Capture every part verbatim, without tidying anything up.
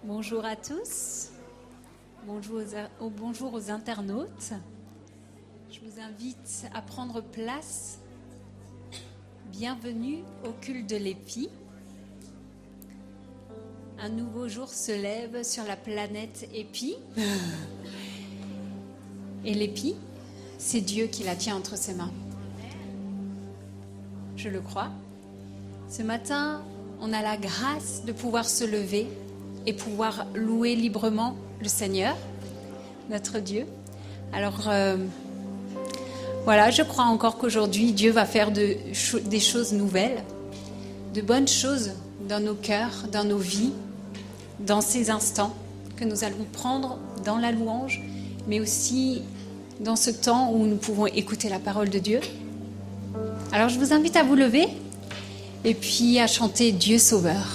Bonjour à tous, bonjour aux, bonjour aux internautes. Je vous invite à prendre place. Bienvenue au culte de l'Épi. Un nouveau jour se lève sur la planète Épi. Et l'Épi, c'est Dieu qui la tient entre ses mains. Je le crois. Ce matin, on a la grâce de pouvoir se lever et pouvoir louer librement le Seigneur, notre Dieu. Alors, euh, voilà, je crois encore qu'aujourd'hui, Dieu va faire de, des choses nouvelles, de bonnes choses dans nos cœurs, dans nos vies, dans ces instants que nous allons prendre dans la louange, mais aussi dans ce temps où nous pouvons écouter la parole de Dieu. Alors, je vous invite à vous lever et puis à chanter Dieu Sauveur.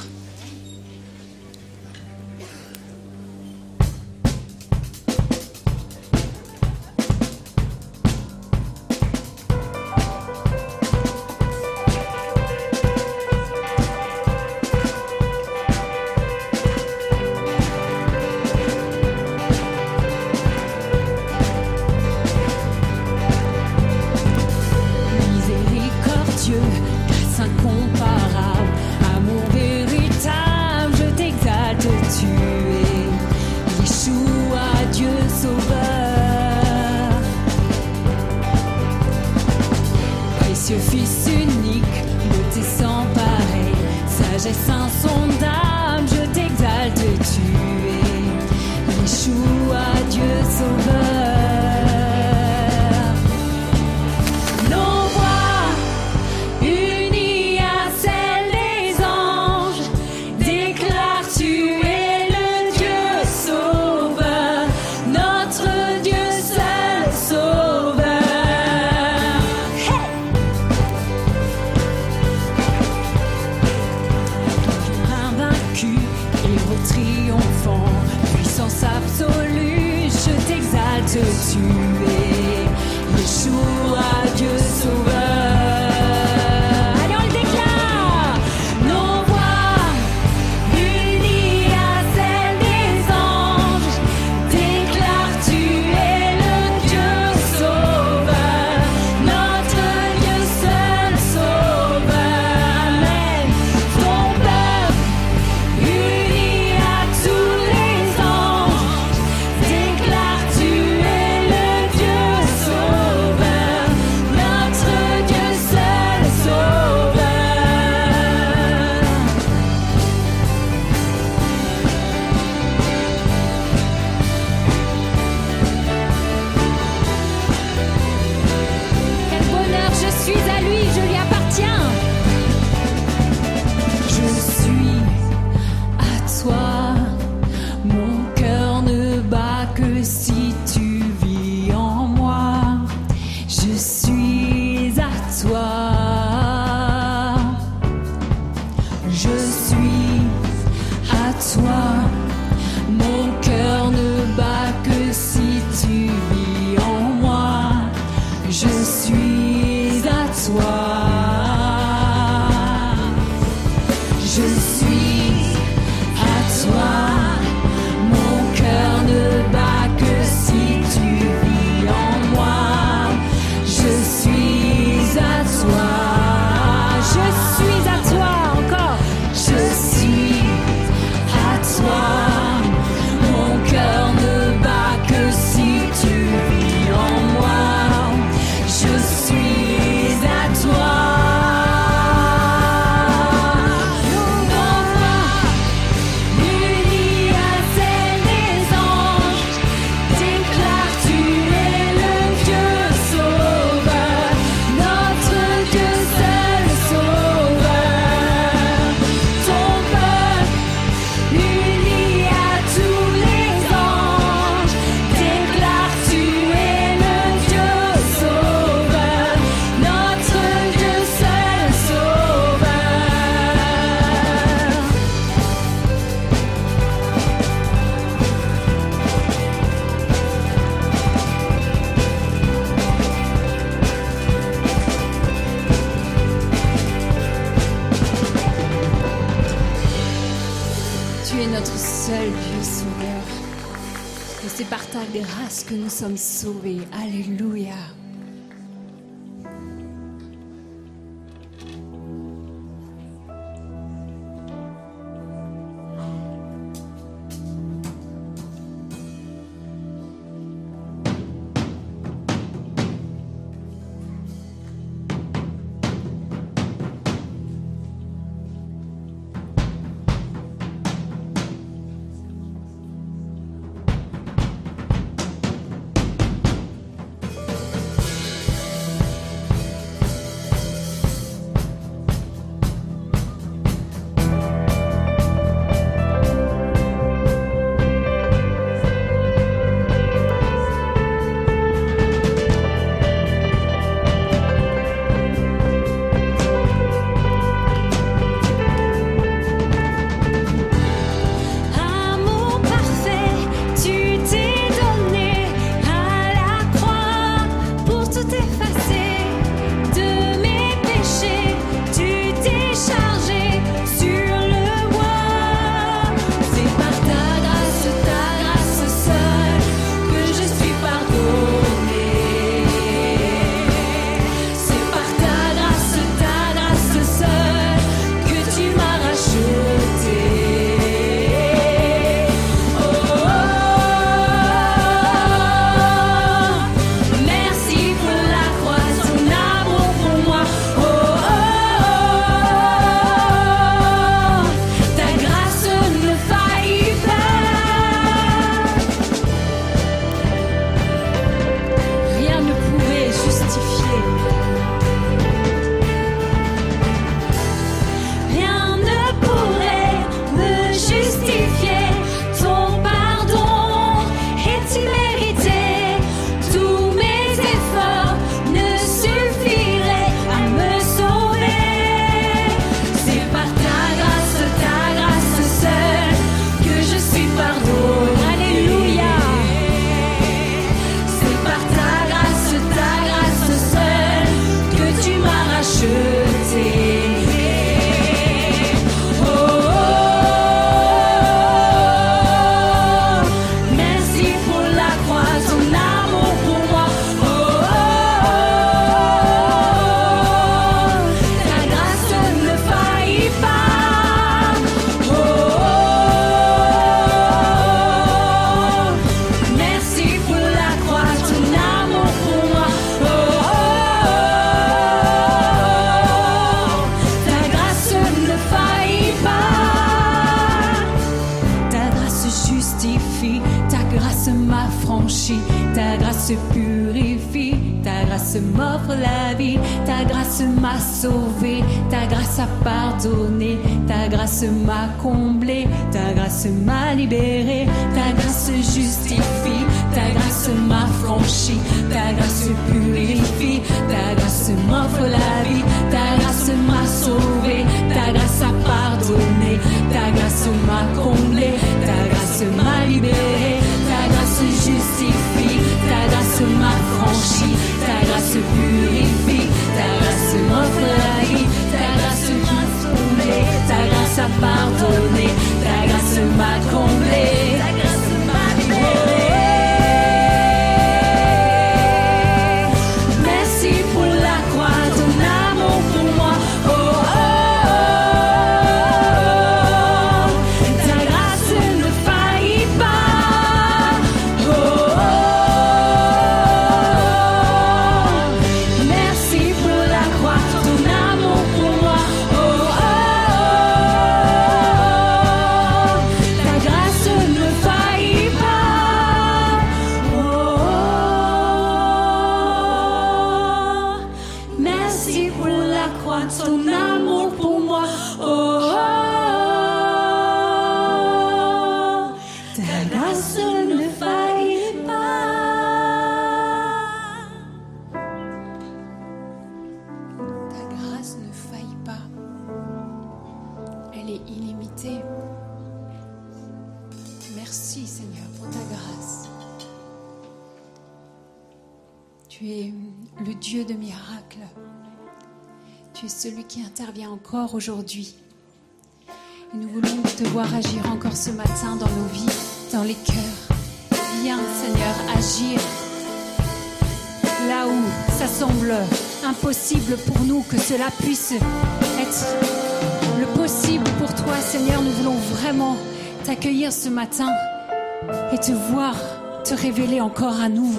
Toi tu es notre seul Dieu sauveur. Et c'est par ta grâce que nous sommes sauvés. Alléluia. Ta grâce purifie, ta grâce m'offre la vie, ta grâce m'a sauvé, ta grâce a pardonné, ta grâce m'a comblé, ta grâce m'a libéré, ta grâce justifie, ta grâce m'a franchi, ta grâce purifie, ta grâce m'offre la vie, ta grâce m'a sauvé, ta grâce a pardonné, ta grâce m'a comblé, ta grâce m'a libéré, ta grâce justifie, ta grâce m'a franchi, ta grâce purifie, ta grâce m'offre la vie, ta grâce m'a sauvé, ta grâce a pardonné, ta grâce m'a comblé, ta grâce m'a libéré. Merci pour la croix, ton amour pour moi. Oh, oh, oh, ta grâce ne faillit pas. Oh, oh, merci pour la croix, ton amour pour moi. Oh, oh, ta grâce ne faillit pas. Oh, merci pour la croix, ton amour pour moi. Oh, ta grâce ne faillit pas. Ta grâce ne faillit pas. Elle est illimitée. Merci Seigneur pour ta grâce. Tu es le Dieu de miracles. Tu es celui qui intervient encore aujourd'hui. Et nous voulons te voir agir encore ce matin dans nos vies, dans les cœurs. Viens, Seigneur, agir là où ça semble impossible pour nous que cela puisse être le possible pour toi, Seigneur. Nous voulons vraiment t'accueillir ce matin et te voir te révéler encore à nous.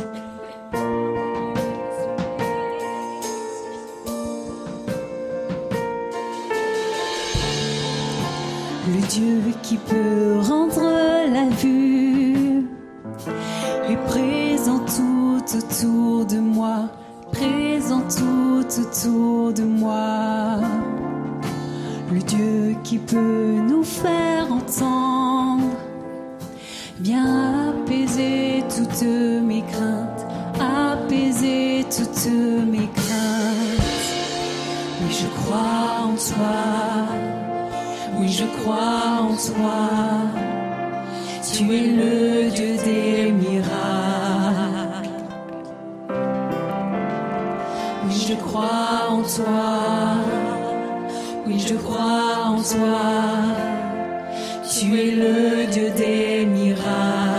Le Dieu qui peut rendre la vue est présent tout autour de moi, présent tout autour de moi. Le Dieu qui peut nous faire entendre, vient apaiser toutes mes craintes, apaiser toutes mes craintes. Oui, je crois en toi. Oui, je crois en toi, tu es le Dieu des miracles. Oui, je crois en toi, oui, je crois en toi, tu es le Dieu des miracles.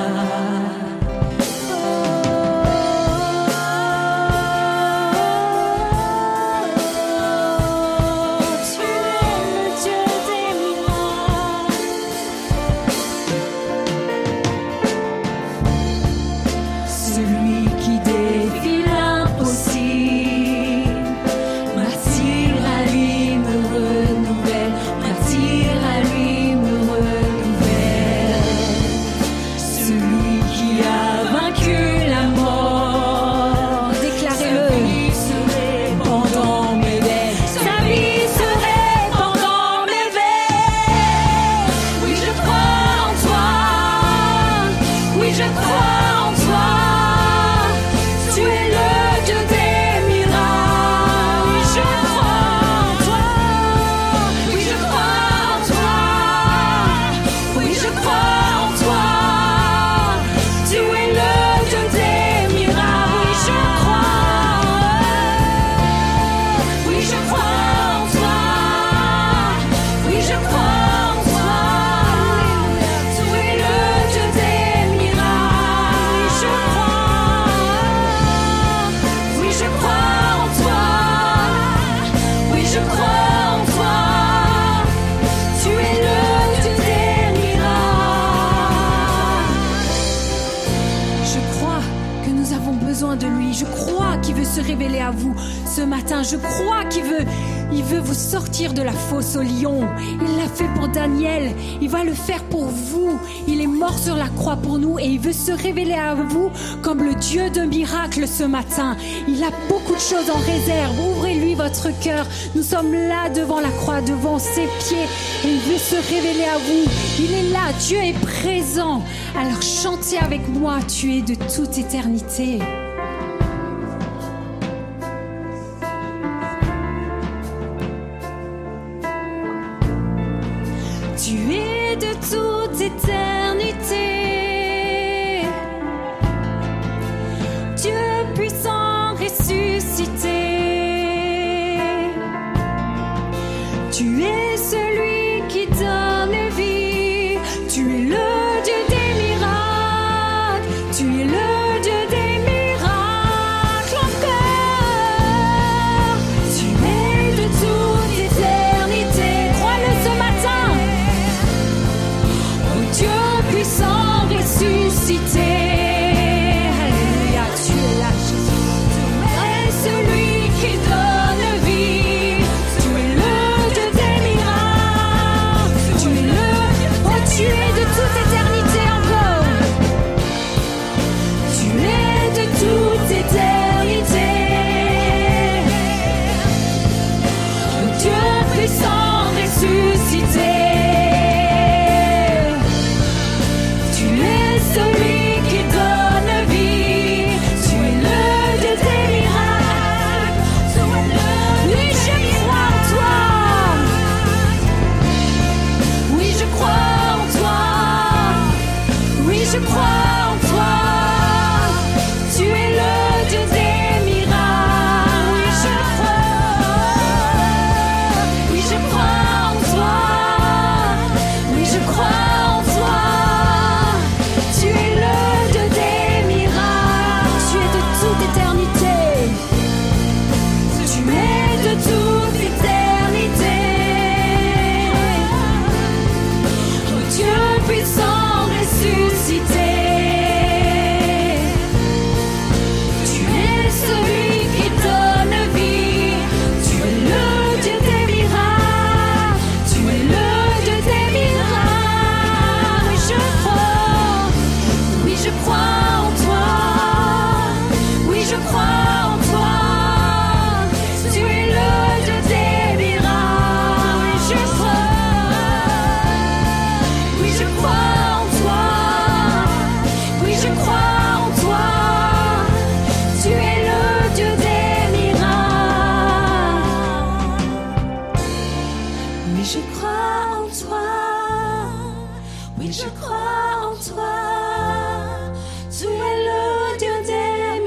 Révéler à vous ce matin. Je crois qu'il veut, il veut vous sortir de la fosse au lion. Il l'a fait pour Daniel. Il va le faire pour vous. Il est mort sur la croix pour nous et il veut se révéler à vous comme le Dieu de miracles ce matin. Il a beaucoup de choses en réserve. Ouvrez-lui votre cœur. Nous sommes là devant la croix, devant ses pieds et il veut se révéler à vous. Il est là. Dieu est présent. Alors chantez avec moi. Tu es de toute éternité. Tu es de toute éternité, Dieu puissant ressuscité. Tu es celui qui donne vie, tu es le Dieu des miracles, tu es le Dieu des miracles encore. Tu es de toute éternité, crois-le ce matin. Oui, je crois en toi. Tu es le Dieu des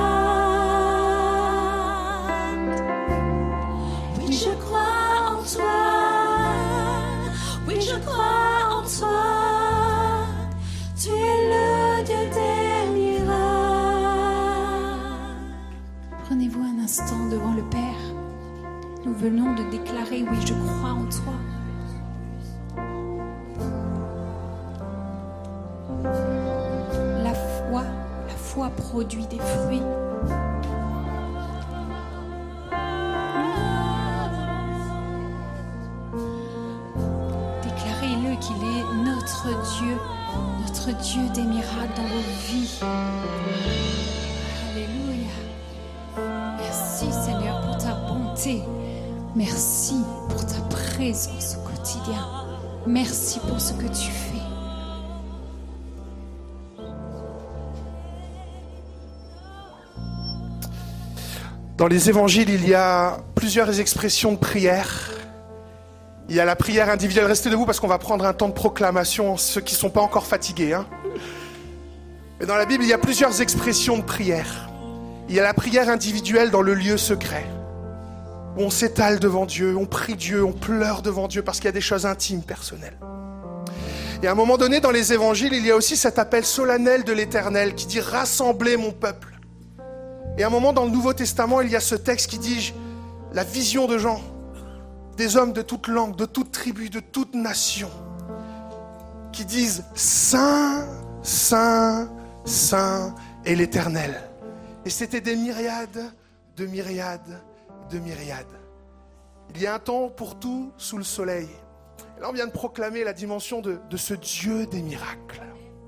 miracles. Oui, je crois en toi. Oui, je crois en toi. Tu es le Dieu des miracles. Prenez-vous un instant devant le Père. Nous venons de déclarer, oui, je crois en toi. La foi, la foi produit des fruits. Déclarez-le qu'il est notre Dieu, notre Dieu des miracles dans vos vies. Alléluia. Merci Seigneur pour ta bonté. Merci pour ta présence au quotidien. Merci pour ce que tu fais. Dans les évangiles, il y a plusieurs expressions de prière. Il y a la prière individuelle. Restez debout parce qu'on va prendre un temps de proclamation, ceux qui ne sont pas encore fatigués. Hein. Mais dans la Bible, il y a plusieurs expressions de prière. Il y a la prière individuelle dans le lieu secret, où on s'étale devant Dieu, on prie Dieu, on pleure devant Dieu parce qu'il y a des choses intimes, personnelles. Et à un moment donné, dans les évangiles, il y a aussi cet appel solennel de l'Éternel qui dit « Rassemblez mon peuple ». Et à un moment dans le Nouveau Testament, il y a ce texte qui dit la vision de Jean, des hommes de toute langue, de toute tribu, de toute nation, qui disent Saint, Saint, Saint est l'Éternel. Et c'était des myriades, de myriades, de myriades. Il y a un temps pour tout sous le soleil. Et là, on vient de proclamer la dimension de, de ce Dieu des miracles.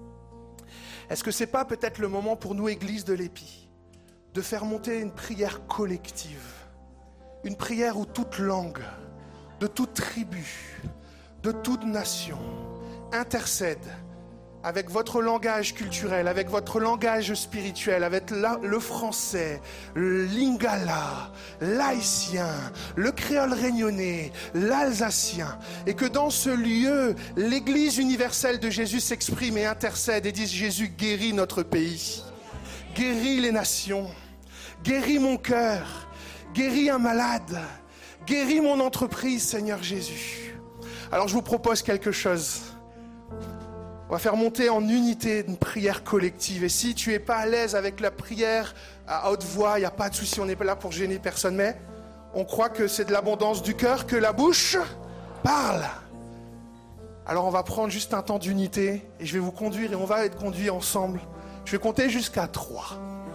Est-ce que ce n'est pas peut-être le moment pour nous, Église de l'Épi, de faire monter une prière collective, une prière où toute langue, de toute tribu, de toute nation intercède avec votre langage culturel, avec votre langage spirituel, avec la, le français, le lingala, l'haïtien, le créole réunionnais, l'alsacien, et que dans ce lieu, l'Église universelle de Jésus s'exprime et intercède et dise Jésus guérit notre pays, guéris les nations, guéris mon cœur, guéris un malade, guéris mon entreprise, Seigneur Jésus. Alors je vous propose quelque chose. On va faire monter en unité une prière collective. Et si tu n'es pas à l'aise avec la prière à haute voix, il n'y a pas de souci, on n'est pas là pour gêner personne. Mais on croit que c'est de l'abondance du cœur que la bouche parle. Alors on va prendre juste un temps d'unité et je vais vous conduire et on va être conduits ensemble. Je vais compter jusqu'à trois.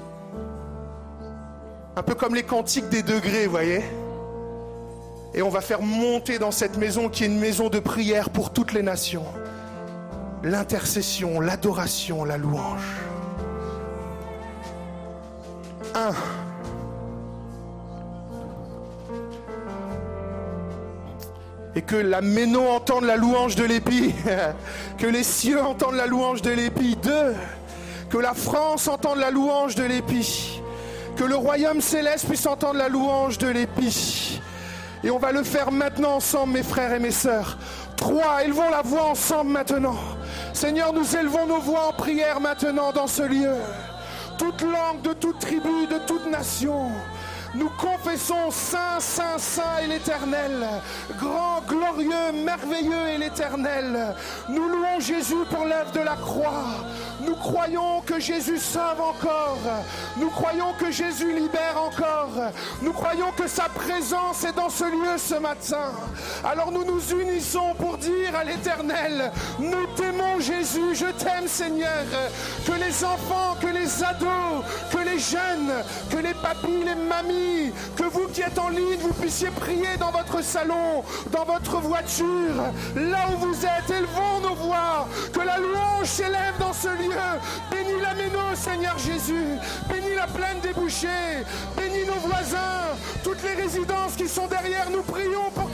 Un peu comme les cantiques des degrés, vous voyez. Et on va faire monter dans cette maison qui est une maison de prière pour toutes les nations. L'intercession, l'adoration, la louange. Un. Et que la Méno entende la louange de l'Épi. Que les cieux entendent la louange de l'Épi. Deux. Que la France entende la louange de l'Épi. Que le royaume céleste puisse entendre la louange de l'Épi. Et on va le faire maintenant ensemble, mes frères et mes sœurs. Trois, élevons la voix ensemble maintenant. Seigneur, nous élevons nos voix en prière maintenant dans ce lieu. Toute langue, de toute tribu, de toute nation. Nous confessons Saint, Saint, Saint est l'Éternel. Grand, glorieux, merveilleux est l'Éternel. Nous louons Jésus pour l'œuvre de la croix. Nous croyons que Jésus sauve encore. Nous croyons que Jésus libère encore. Nous croyons que sa présence est dans ce lieu ce matin. Alors nous nous unissons pour dire à l'Éternel, nous t'aimons Jésus, je t'aime Seigneur. Que les enfants, que les ados, que les jeunes, que les papis, les mamies, que vous qui êtes en ligne, vous puissiez prier dans votre salon, dans votre voiture, là où vous êtes, élevons nos voix, que la louange s'élève dans ce lieu. Bénis la Méno, Seigneur Jésus, bénis la plaine des bouchers, bénis nos voisins, toutes les résidences qui sont derrière, nous prions pour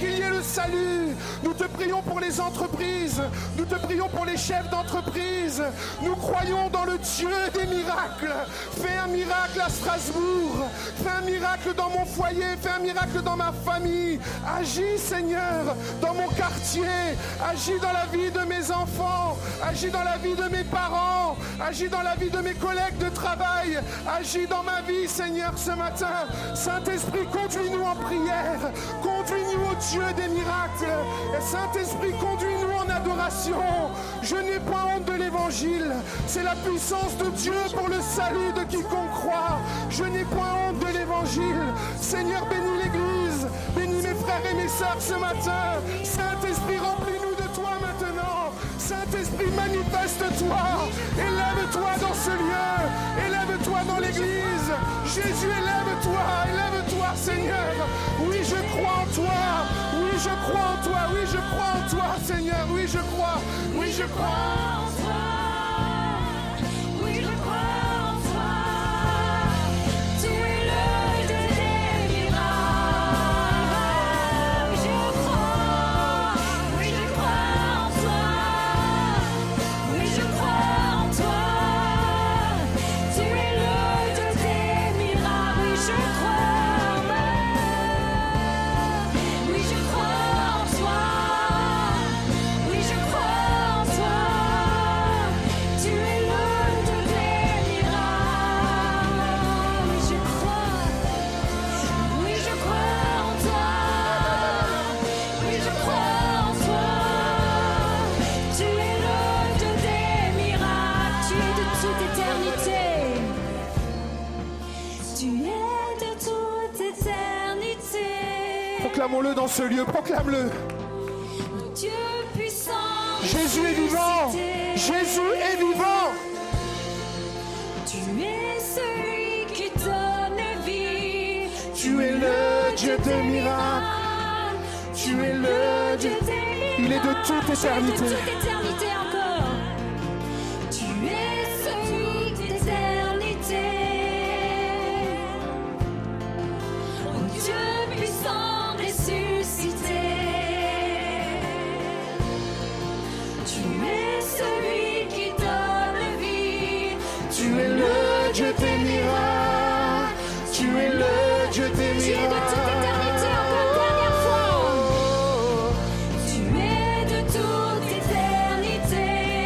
qu'il y ait le salut. Nous te prions pour les entreprises. Nous te prions pour les chefs d'entreprise. Nous croyons dans le Dieu des miracles. Fais un miracle à Strasbourg. Fais un miracle dans mon foyer. Fais un miracle dans ma famille. Agis, Seigneur, dans mon quartier. Agis dans la vie de mes enfants. Agis dans la vie de mes parents. Agis dans la vie de mes collègues de travail. Agis dans ma vie, Seigneur, ce matin. Saint-Esprit, conduis-nous en prière. Conduis-nous au Dieu des miracles. Et Saint-Esprit, conduis-nous en adoration. Je n'ai point honte de l'évangile. C'est la puissance de Dieu pour le salut de quiconque croit. Je n'ai point honte de l'évangile. Seigneur, bénis l'Église. Bénis mes frères et mes sœurs ce matin. Saint-Esprit, remplis-nous de toi maintenant. Saint-Esprit, manifeste-toi. Élève-toi dans ce lieu. Élève-toi dans l'Église. Jésus, élève-toi. Élève-toi, Seigneur. Oui, je crois en toi. Oui, je crois en toi. Oui, je crois en toi, Seigneur. Oui, je crois. Oui, je crois en toi. Oui, je crois en toi. Tu es le Dieu des miracles. Je crois. Oui, je crois en toi. Oui, je crois en toi. Tu es le Dieu des miracles. Oui, je crois en moi. Oui, je crois en toi. Oui, je crois en toi. Tu es le Dieu des miracles. Oui, je crois. Oui, je crois en toi. Oui, je crois en toi. Tu es le Dieu des miracles. Tu es de toute éternité. Tu es de toute éternité. Proclamons-le dans ce lieu. Proclame-le. Dieu puissant. Jésus est vivant. ressuscité. Jésus est vivant. Tu es celui qui donne vie. Tu es le Dieu des miracles. Tu es le Dieu. des Il est de toute miracles. éternité. Tu es de toute éternité encore. Tu es celui d'éternité. Oh Dieu puissant ressuscité. Tu es celui qui donne vie. Tu es le Dieu des miracles. Tu es le Dieu des Tu es de miracles. toute éternité encore une dernière fois. Tu es de toute éternité.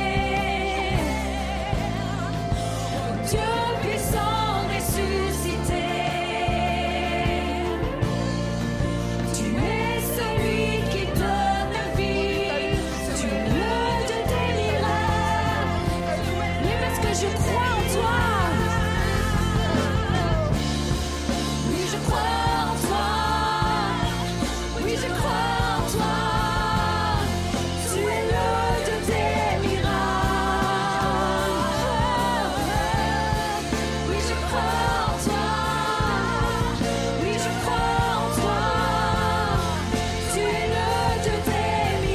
Oh Dieu puissant ressuscité. Tu es celui qui donne vie. Tu es le Dieu des miracles. Mais parce que je crois en toi. Oui, je crois en toi. Oui, je crois en toi. Tu es le Dieu des miracles. Oui, je crois en toi. Oui, je crois en toi. Tu es le Dieu des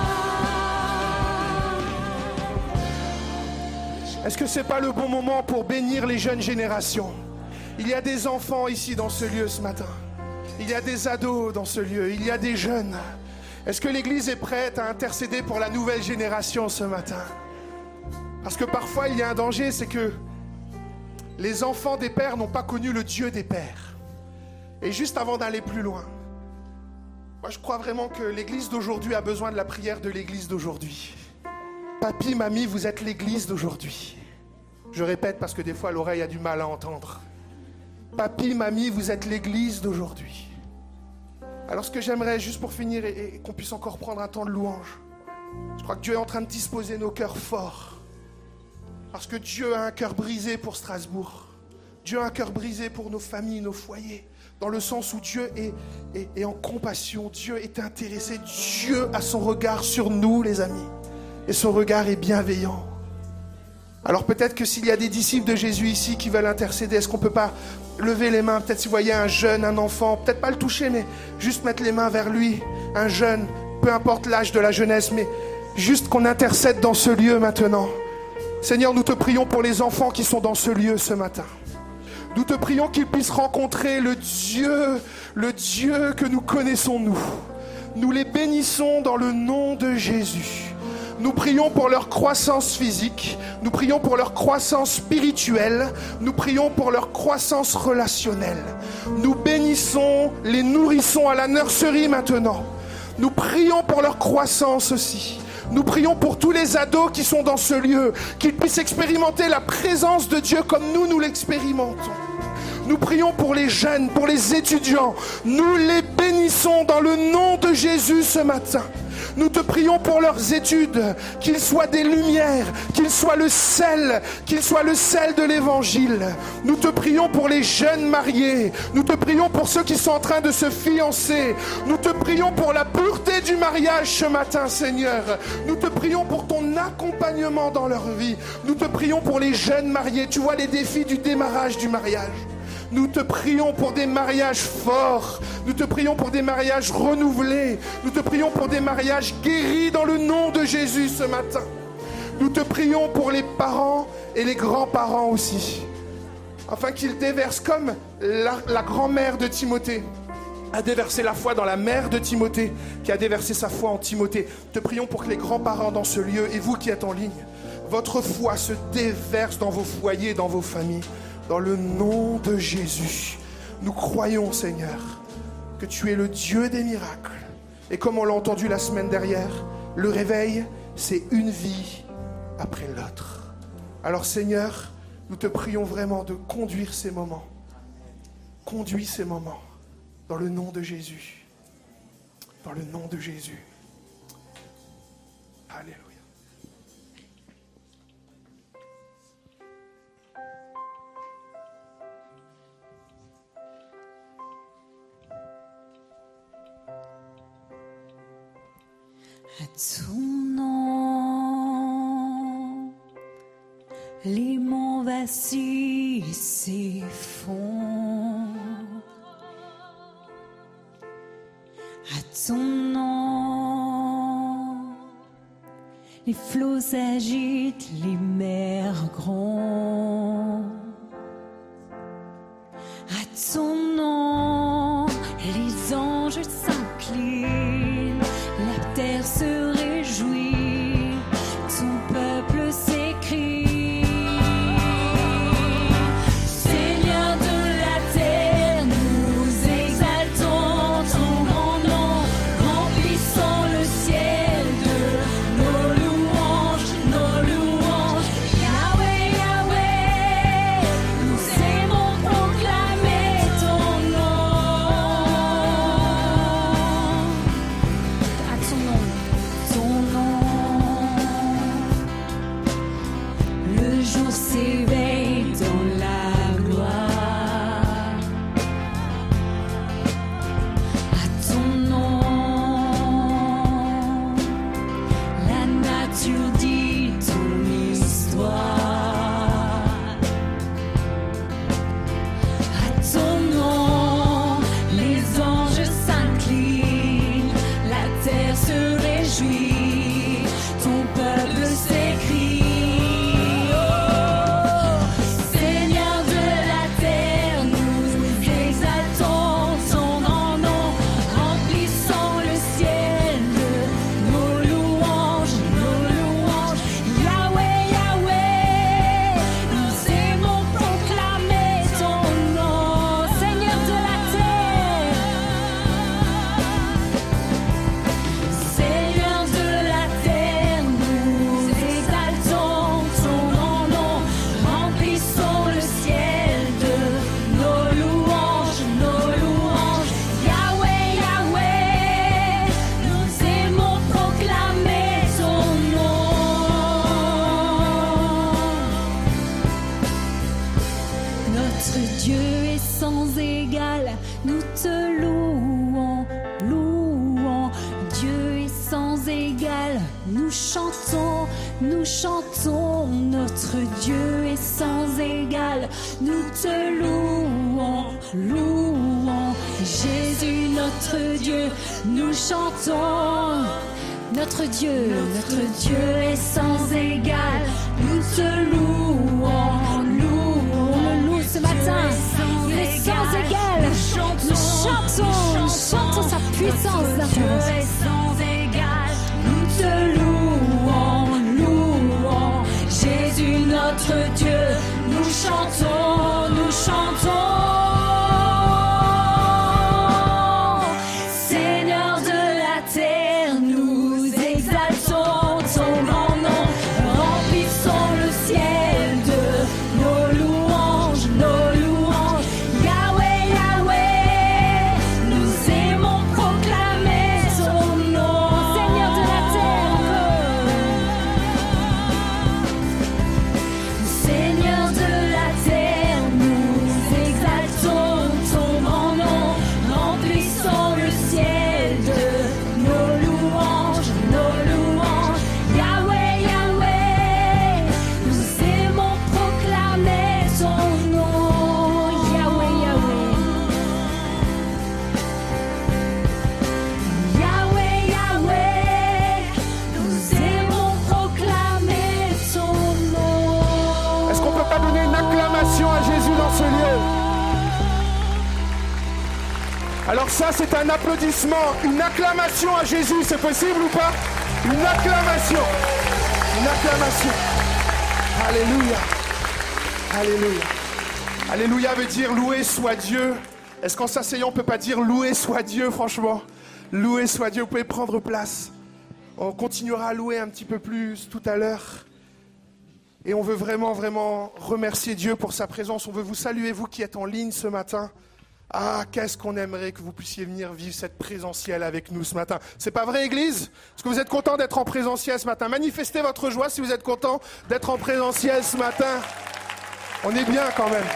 miracles. Est-ce que c'est pas le bon moment pour bénir les jeunes générations? Il y a des enfants ici dans ce lieu ce matin. Il y a des ados dans ce lieu. Il y a des jeunes. Est-ce que l'Église est prête à intercéder pour la nouvelle génération ce matin? Parce que parfois il y a un danger, c'est que les enfants des pères n'ont pas connu le Dieu des pères. Et juste avant d'aller plus loin, moi je crois vraiment que l'Église d'aujourd'hui a besoin de la prière de l'Église d'aujourd'hui. Papi, mamie, vous êtes l'Église d'aujourd'hui. Je répète parce que des fois l'oreille a du mal à entendre. Papi, mamie, vous êtes l'Église d'aujourd'hui. Alors ce que j'aimerais, juste pour finir, et, et qu'on puisse encore prendre un temps de louange. Je crois que Dieu est en train de disposer nos cœurs forts. Parce que Dieu a un cœur brisé pour Strasbourg. Dieu a un cœur brisé pour nos familles, nos foyers. Dans le sens où Dieu est, est, est en compassion. Dieu est intéressé. Dieu a son regard sur nous, les amis. Et son regard est bienveillant. Alors peut-être que s'il y a des disciples de Jésus ici qui veulent intercéder, est-ce qu'on ne peut pas lever les mains? Peut-être si vous voyez un jeune, un enfant, peut-être pas le toucher, mais juste mettre les mains vers lui. Un jeune, peu importe l'âge de la jeunesse, mais juste qu'on intercède dans ce lieu maintenant. Seigneur, nous te prions pour les enfants qui sont dans ce lieu ce matin. Nous te prions qu'ils puissent rencontrer le Dieu, le Dieu que nous connaissons nous. nous les bénissons dans le nom de Jésus. Nous prions pour leur croissance physique, nous prions pour leur croissance spirituelle, nous prions pour leur croissance relationnelle. Nous bénissons, les nourrissons à la nurserie maintenant. Nous prions pour leur croissance aussi. Nous prions pour tous les ados qui sont dans ce lieu, qu'ils puissent expérimenter la présence de Dieu comme nous, nous l'expérimentons. Nous prions pour les jeunes, pour les étudiants. Nous les bénissons dans le nom de Jésus ce matin. Nous te prions pour leurs études, qu'ils soient des lumières, qu'ils soient le sel, qu'ils soient le sel de l'évangile. Nous te prions pour les jeunes mariés. Nous te prions pour ceux qui sont en train de se fiancer. Nous te prions pour la pureté du mariage ce matin, Seigneur. Nous te prions pour ton accompagnement dans leur vie. Nous te prions pour les jeunes mariés. Tu vois les défis du démarrage du mariage. Nous te prions pour des mariages forts. Nous te prions pour des mariages renouvelés. Nous te prions pour des mariages guéris dans le nom de Jésus ce matin. Nous te prions pour les parents et les grands-parents aussi, afin qu'ils déversent comme la, la grand-mère de Timothée a déversé la foi dans la mère de Timothée, qui a déversé sa foi en Timothée. Te prions pour que les grands-parents dans ce lieu, et vous qui êtes en ligne, votre foi se déverse dans vos foyers, dans vos familles. Dans le nom de Jésus, nous croyons, Seigneur, que tu es le Dieu des miracles. Et comme on l'a entendu la semaine dernière, le réveil, c'est une vie après l'autre. Alors, Seigneur, nous te prions vraiment de conduire ces moments. Conduis ces moments dans le nom de Jésus. Dans le nom de Jésus. Alléluia. À ton nom, les monts vacillent et s'effondrent. À ton nom, les flots s'agitent, les mers grondent. À ton nom, les anges s'inclinent. La terre se réjouit, ton peuple s'écrie. Seigneur de la terre, nous exaltons ton grand nom, remplissons le ciel de nos louanges, nos louanges. Yahweh, Yahweh, nous aimons proclamer ton nom. Ton nom, le jour s'éveille dans la gloire. À ton nom, la nature dit ton histoire. À ton nom, les anges s'inclinent, la terre se réjouit, ton peuple s'écrie. Oh, Seigneur de la terre, nous exaltons ton grand nom, remplissons le ciel de nos louanges, nos louanges. Yahweh, Yahweh, nous aimons proclamer ton nom. Seigneur de la terre, Seigneur de la terre, nous exaltons ton grand nom, remplissons le ciel de nos louanges, nos louanges. Yahweh, Yahweh, nous aimons proclamer ton nom. Notre Dieu est sans égal, nous te louons, louons. Dieu est sans égal, nous chantons, nous chantons. Notre Dieu est sans égal, nous te louons, louons. Jésus, notre Dieu, nous chantons. Notre Dieu, notre Dieu est sans égal, nous te louons, louons. On le loue ce matin, il est sans égal, nous chantons. chantons, nous chantons sa puissance d'intervention. Nous te louons, louons, Jésus notre Dieu, nous chantons, nous chantons. Seigneur de la terre, nous exaltons ton grand nom, remplissons le ciel de nos louanges, nos louanges. Yahweh, Yahweh, nous aimons proclamer ton nom. Seigneur de la terre, Seigneur de la terre, nous exaltons ton grand nom, remplissons le ciel de nos louanges, nos louanges. Yahweh, Yahweh, nous aimons proclamer ton nom. Yahweh, Yahweh, Yahweh, Yahweh, nous aimons proclamer ton nom. Est-ce qu'on peut pas donner une acclamation à Jésus dans ce lieu? Alors ça, c'est un applaudissement, une acclamation à Jésus, c'est possible ou pas? Une acclamation, une acclamation. Alléluia, alléluia. Alléluia veut dire loué soit Dieu. Est-ce qu'en s'asseyant, on peut pas dire loué soit Dieu, franchement? Loué soit Dieu, vous pouvez prendre place. On continuera à louer un petit peu plus tout à l'heure. Et on veut vraiment, vraiment remercier Dieu pour sa présence. On veut vous saluer, vous qui êtes en ligne ce matin. Ah, qu'est-ce qu'on aimerait que vous puissiez venir vivre cette présentielle avec nous ce matin. C'est pas vrai, Église? Est-ce que vous êtes content d'être en présentiel ce matin? Manifestez votre joie si vous êtes content d'être en présentiel ce matin. On est bien quand même.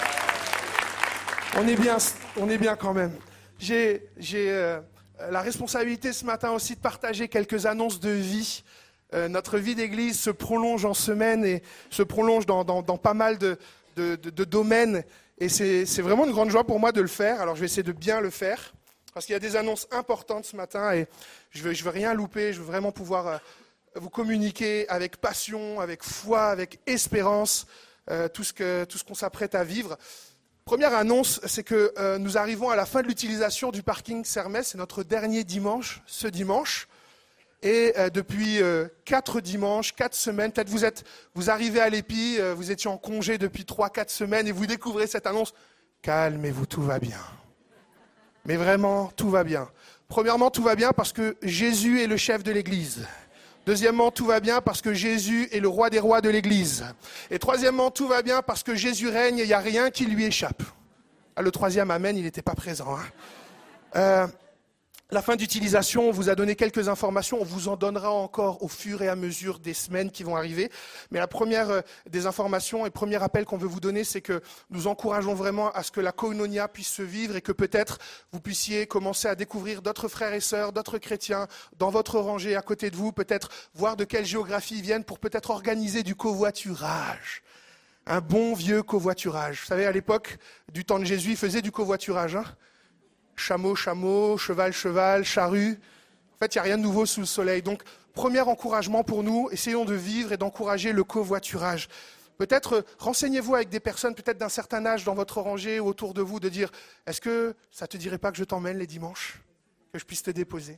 On est bien, on est bien quand même. J'ai, j'ai euh, la responsabilité ce matin aussi de partager quelques annonces de vie. Euh, notre vie d'église se prolonge en semaine et se prolonge dans, dans, dans pas mal de, de, de, de domaines. Et c'est, c'est vraiment une grande joie pour moi de le faire. Alors je vais essayer de bien le faire. Parce qu'il y a des annonces importantes ce matin et je ne veux, je veux rien louper. Je veux vraiment pouvoir euh, vous communiquer avec passion, avec foi, avec espérance, euh, tout ce que, tout ce qu'on s'apprête à vivre. Première annonce, c'est que euh, nous arrivons à la fin de l'utilisation du parking Sermès. C'est notre dernier dimanche, ce dimanche. Et euh, depuis euh, quatre dimanches, quatre semaines, peut-être vous êtes, vous arrivez à l'Épi, euh, vous étiez en congé depuis trois, quatre semaines et vous découvrez cette annonce. Calmez-vous, tout va bien. Mais vraiment, tout va bien. Premièrement, tout va bien parce que Jésus est le chef de l'Église. Deuxièmement, tout va bien parce que Jésus est le roi des rois de l'Église. Et troisièmement, tout va bien parce que Jésus règne et il n'y a rien qui lui échappe. Ah, le troisième amen, il n'était pas présent. Hein. Euh, la fin d'utilisation, on vous a donné quelques informations. On vous en donnera encore au fur et à mesure des semaines qui vont arriver. Mais la première euh, des informations et le premier appel qu'on veut vous donner, c'est que nous encourageons vraiment à ce que la koinonia puisse se vivre et que peut-être vous puissiez commencer à découvrir d'autres frères et sœurs, d'autres chrétiens dans votre rangée à côté de vous, peut-être voir de quelle géographie ils viennent pour peut-être organiser du covoiturage. Un bon vieux covoiturage. Vous savez, à l'époque du temps de Jésus, ils faisaient du covoiturage, hein. Chameau, chameau, cheval, cheval, charrue. En fait, il n'y a rien de nouveau sous le soleil. Donc, premier encouragement pour nous, essayons de vivre et d'encourager le covoiturage. Peut-être euh, renseignez-vous avec des personnes peut-être d'un certain âge dans votre rangée ou autour de vous, de dire, est-ce que ça ne te dirait pas que je t'emmène les dimanches, que je puisse te déposer?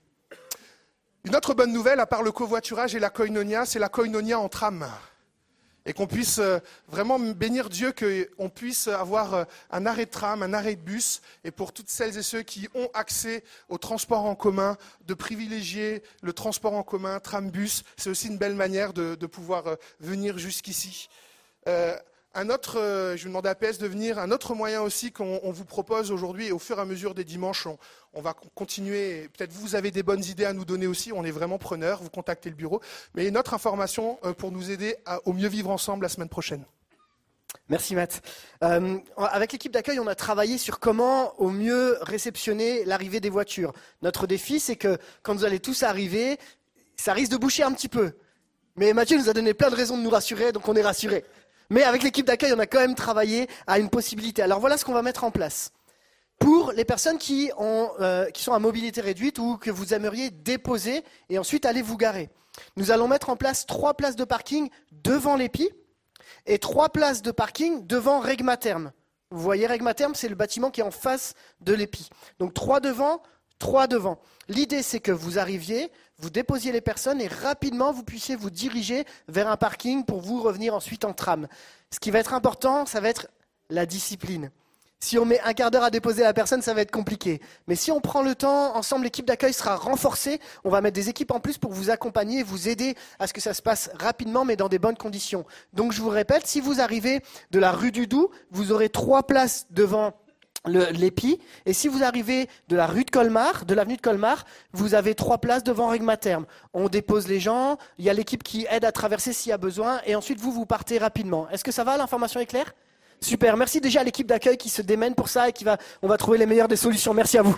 Une autre bonne nouvelle, à part le covoiturage et la koinonia, c'est la koinonia en tram. Et qu'on puisse vraiment bénir Dieu, qu'on puisse avoir un arrêt de tram, un arrêt de bus, et pour toutes celles et ceux qui ont accès au transport en commun, de privilégier le transport en commun, tram-bus, c'est aussi une belle manière de, de pouvoir venir jusqu'ici. Euh, un autre, je vais demander à P S de venir, un autre moyen aussi qu'on on vous propose aujourd'hui, et au fur et à mesure des dimanches, on, on va continuer, peut-être vous avez des bonnes idées à nous donner aussi, on est vraiment preneurs, vous contactez le bureau, mais une autre information pour nous aider à, au mieux vivre ensemble la semaine prochaine. Merci Matt. Euh, avec l'équipe d'accueil, on a travaillé sur comment au mieux réceptionner l'arrivée des voitures. Notre défi, c'est que quand vous allez tous arriver, ça risque de boucher un petit peu. Mais Mathieu nous a donné plein de raisons de nous rassurer, donc on est rassurés. Mais avec l'équipe d'accueil, on a quand même travaillé à une possibilité. Alors voilà ce qu'on va mettre en place. Pour les personnes qui, ont, euh, qui sont à mobilité réduite ou que vous aimeriez déposer et ensuite aller vous garer. Nous allons mettre en place trois places de parking devant l'Épi et trois places de parking devant Regmaterm. Vous voyez, Regmaterm, c'est le bâtiment qui est en face de l'Épi. Donc trois devant, trois devant. L'idée, c'est que vous arriviez, vous déposiez les personnes et rapidement, vous puissiez vous diriger vers un parking pour vous revenir ensuite en tram. Ce qui va être important, ça va être la discipline. Si on met un quart d'heure à déposer la personne, ça va être compliqué. Mais si on prend le temps, ensemble, l'équipe d'accueil sera renforcée. On va mettre des équipes en plus pour vous accompagner et vous aider à ce que ça se passe rapidement, mais dans des bonnes conditions. Donc, je vous répète, si vous arrivez de la rue du Doubs, vous aurez trois places devant le, l'Épi. Et si vous arrivez de la rue de Colmar, de l'avenue de Colmar, vous avez trois places devant Regmaterm. On dépose les gens, il y a l'équipe qui aide à traverser s'il y a besoin, et ensuite, vous, vous partez rapidement. Est-ce que ça va, l'information est claire ? Super, merci déjà à l'équipe d'accueil qui se démène pour ça et qui va, on va trouver les meilleures des solutions. Merci à vous.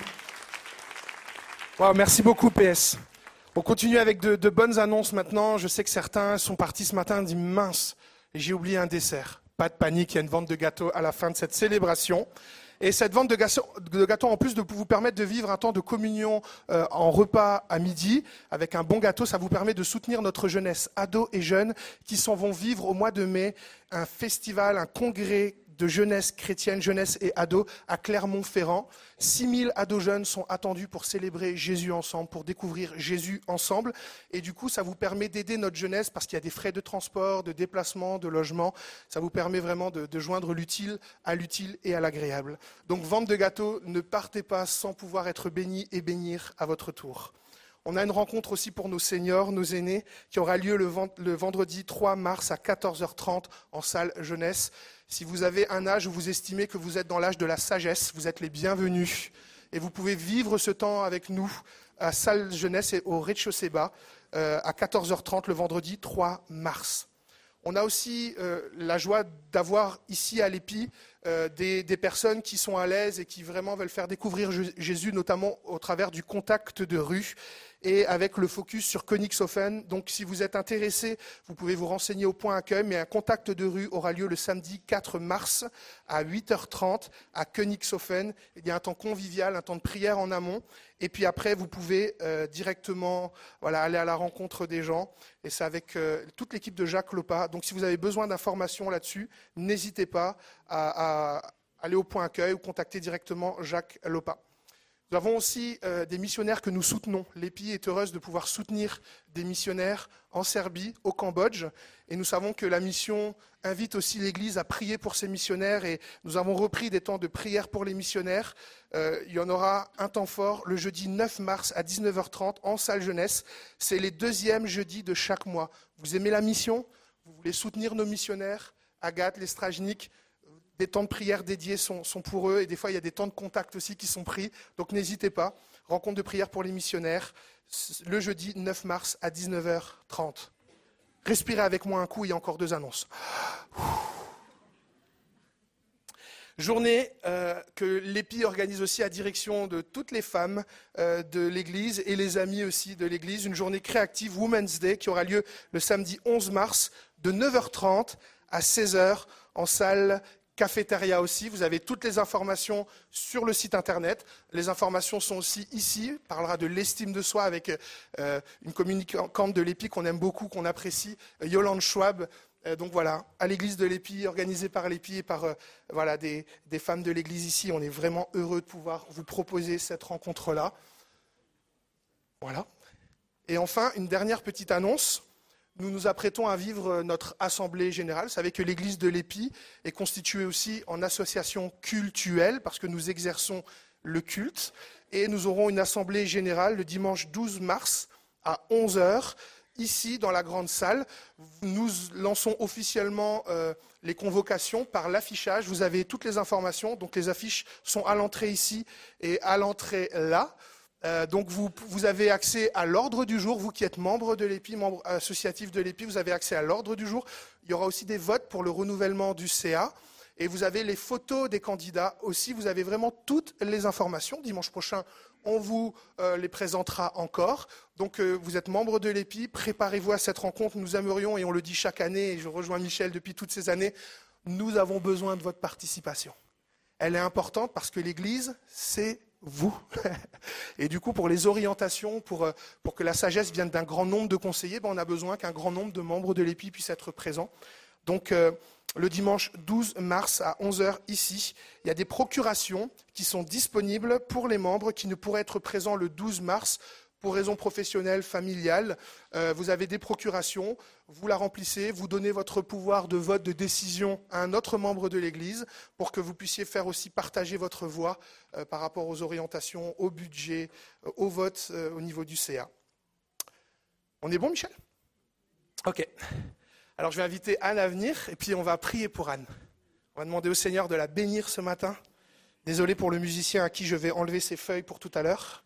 Wow, merci beaucoup P S. On continue avec de, de bonnes annonces maintenant. Je sais que certains sont partis ce matin et disent mince, j'ai oublié un dessert. Pas de panique, il y a une vente de gâteaux à la fin de cette célébration. Et cette vente de gâteaux, de gâteaux, en plus de vous permettre de vivre un temps de communion euh, en repas à midi, avec un bon gâteau, ça vous permet de soutenir notre jeunesse, ados et jeunes, qui s'en vont vivre au mois de mai un festival, un congrès de jeunesse chrétienne, jeunesse et ados à Clermont-Ferrand. six mille ados jeunes sont attendus pour célébrer Jésus ensemble, pour découvrir Jésus ensemble. Et du coup, ça vous permet d'aider notre jeunesse parce qu'il y a des frais de transport, de déplacement, de logement. Ça vous permet vraiment de, de joindre l'utile à l'utile et à l'agréable. Donc, vente de gâteaux, ne partez pas sans pouvoir être bénis et bénir à votre tour. On a une rencontre aussi pour nos seniors, nos aînés, qui aura lieu le, le vendredi trois mars à quatorze heures trente en salle jeunesse. Si vous avez un âge où vous estimez que vous êtes dans l'âge de la sagesse, vous êtes les bienvenus. Et vous pouvez vivre ce temps avec nous à salle jeunesse et au rez-de-chaussée bas euh, à quatorze heures trente le vendredi trois mars. On a aussi euh, la joie d'avoir ici à l'Épi euh, des, des personnes qui sont à l'aise et qui vraiment veulent faire découvrir Jésus, notamment au travers du contact de rue et avec le focus sur Königshofen. Donc si vous êtes intéressé, vous pouvez vous renseigner au point accueil, mais un contact de rue aura lieu le samedi quatre mars à huit heures trente à Königshofen. Il y a un temps convivial, un temps de prière en amont. Et puis après, vous pouvez euh, directement voilà, aller à la rencontre des gens. Et c'est avec euh, toute l'équipe de Jacques Lopa. Donc si vous avez besoin d'informations là-dessus, n'hésitez pas à, à aller au point accueil ou contacter directement Jacques Lopa. Nous avons aussi euh, des missionnaires que nous soutenons. L'Épi est heureuse de pouvoir soutenir des missionnaires en Serbie, au Cambodge. Et nous savons que la mission invite aussi l'Église à prier pour ces missionnaires. Et nous avons repris des temps de prière pour les missionnaires. Euh, il y en aura un temps fort le jeudi neuf mars à dix-neuf heures trente en salle jeunesse. C'est les deuxièmes jeudis de chaque mois. Vous aimez la mission ? Vous voulez soutenir nos missionnaires ? Agathe, les Strajniks, des temps de prière dédiés sont, sont pour eux et des fois il y a des temps de contact aussi qui sont pris. Donc n'hésitez pas. Rencontre de prière pour les missionnaires le jeudi neuf mars à dix-neuf heures trente. Respirez avec moi un coup, il y a encore deux annonces. Journée euh, que l'Épi organise aussi à direction de toutes les femmes euh, de l'Église et les amis aussi de l'Église. Une journée créative Women's Day qui aura lieu le samedi onze mars de neuf heures trente à seize heures en salle cafétéria aussi. Vous avez toutes les informations sur le site internet. Les informations sont aussi ici. On parlera de l'estime de soi avec euh, une communicante de l'Épi qu'on aime beaucoup, qu'on apprécie, Yolande Schwab. Euh, donc voilà, à l'église de l'Épi, organisée par l'Épi et par euh, voilà, des, des femmes de l'église ici. On est vraiment heureux de pouvoir vous proposer cette rencontre-là. Voilà. Et enfin, une dernière petite annonce. Nous nous apprêtons à vivre notre assemblée générale. Vous savez que l'église de l'Épi est constituée aussi en association cultuelle parce que nous exerçons le culte. Et nous aurons une assemblée générale le dimanche douze mars à onze heures, ici dans la grande salle. Nous lançons officiellement euh, les convocations par l'affichage. Vous avez toutes les informations. Donc les affiches sont à l'entrée ici et à l'entrée là. Euh, donc vous, vous avez accès à l'ordre du jour, vous qui êtes membre de l'Épi, membre associatif de l'Épi, vous avez accès à l'ordre du jour. Il y aura aussi des votes pour le renouvellement du C A et vous avez les photos des candidats aussi. Vous avez vraiment toutes les informations. Dimanche prochain, on vous euh, les présentera encore. Donc euh, vous êtes membre de l'Épi, préparez-vous à cette rencontre. Nous aimerions, et on le dit chaque année, et je rejoins Michel depuis toutes ces années, nous avons besoin de votre participation. Elle est importante parce que l'Église, c'est vous. Et du coup, pour les orientations, pour, pour que la sagesse vienne d'un grand nombre de conseillers, ben on a besoin qu'un grand nombre de membres de l'Épi puissent être présents. Donc, euh, le dimanche douze mars à onze heures ici, il y a des procurations qui sont disponibles pour les membres qui ne pourraient être présents le douze mars pour raisons professionnelles, familiales. Euh, vous avez des procurations, vous la remplissez, vous donnez votre pouvoir de vote, de décision à un autre membre de l'Église pour que vous puissiez faire aussi partager votre voix euh, par rapport aux orientations, au budget, euh, au vote euh, au niveau du C A. On est bon, Michel ? Ok. Alors je vais inviter Anne à venir et puis on va prier pour Anne. On va demander au Seigneur de la bénir ce matin. Désolé pour le musicien à qui je vais enlever ses feuilles pour tout à l'heure.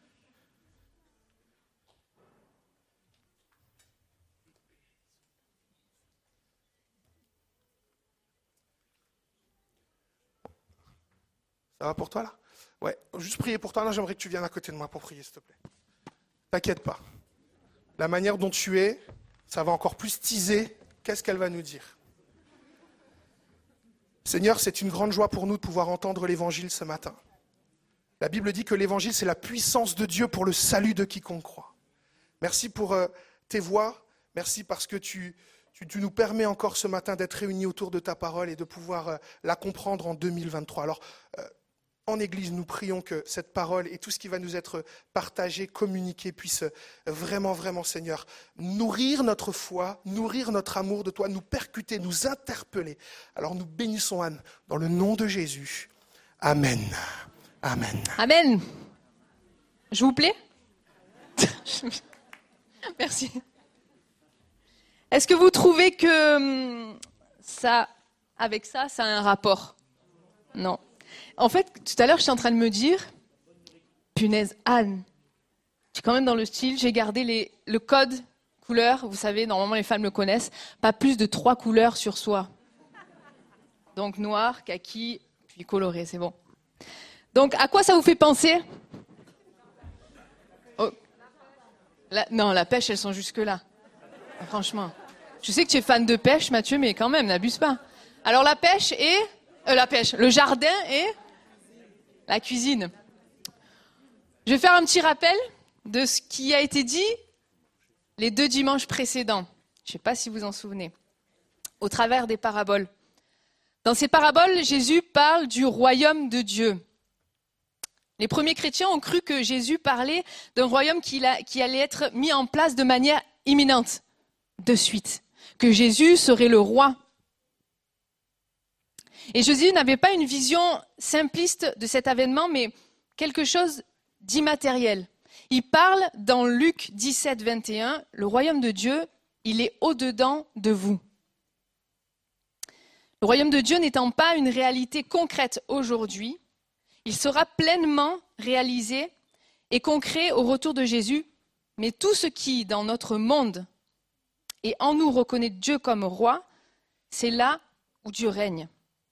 Ça va pour toi là ? Ouais, juste prier pour toi. Là, j'aimerais que tu viennes à côté de moi pour prier, s'il te plaît. T'inquiète pas. La manière dont tu es, ça va encore plus teaser qu'est-ce qu'elle va nous dire. Seigneur, c'est une grande joie pour nous de pouvoir entendre l'évangile ce matin. La Bible dit que l'évangile, c'est la puissance de Dieu pour le salut de quiconque croit. Merci pour euh, tes voix. Merci parce que tu, tu, tu nous permets encore ce matin d'être réunis autour de ta parole et de pouvoir euh, la comprendre en deux mille vingt-trois. Alors, euh, en Église, nous prions que cette parole et tout ce qui va nous être partagé, communiqué, puisse vraiment, vraiment, Seigneur, nourrir notre foi, nourrir notre amour de toi, nous percuter, nous interpeller. Alors nous bénissons Anne dans le nom de Jésus. Amen. Amen. Amen. Je vous plais ? Merci. Est-ce que vous trouvez que ça, avec ça, ça a un rapport ? Non. En fait, tout à l'heure, j'étais en train de me dire, punaise, Anne, tu es quand même dans le style, j'ai gardé les, le code couleur, vous savez, normalement les femmes le connaissent, pas plus de trois couleurs sur soi. Donc noir, kaki, puis coloré, c'est bon. Donc à quoi ça vous fait penser ? Oh. La, non, la pêche, elles sont jusque-là. Franchement. Je sais que tu es fan de pêche, Mathieu, mais quand même, n'abuse pas. Alors la pêche et... Euh, la pêche, le jardin et la cuisine. Je vais faire un petit rappel de ce qui a été dit les deux dimanches précédents. Je ne sais pas si vous en souvenez. Au travers des paraboles. Dans ces paraboles, Jésus parle du royaume de Dieu. Les premiers chrétiens ont cru que Jésus parlait d'un royaume qui, a, qui allait être mis en place de manière imminente, de suite. Que Jésus serait le roi. Et Jésus n'avait pas une vision simpliste de cet avènement, mais quelque chose d'immatériel. Il parle dans Luc dix-sept, vingt et un, le royaume de Dieu, il est au-dedans de vous. Le royaume de Dieu n'étant pas une réalité concrète aujourd'hui, il sera pleinement réalisé et concret au retour de Jésus, mais tout ce qui, dans notre monde, et en nous reconnaît Dieu comme roi, c'est là où Dieu règne.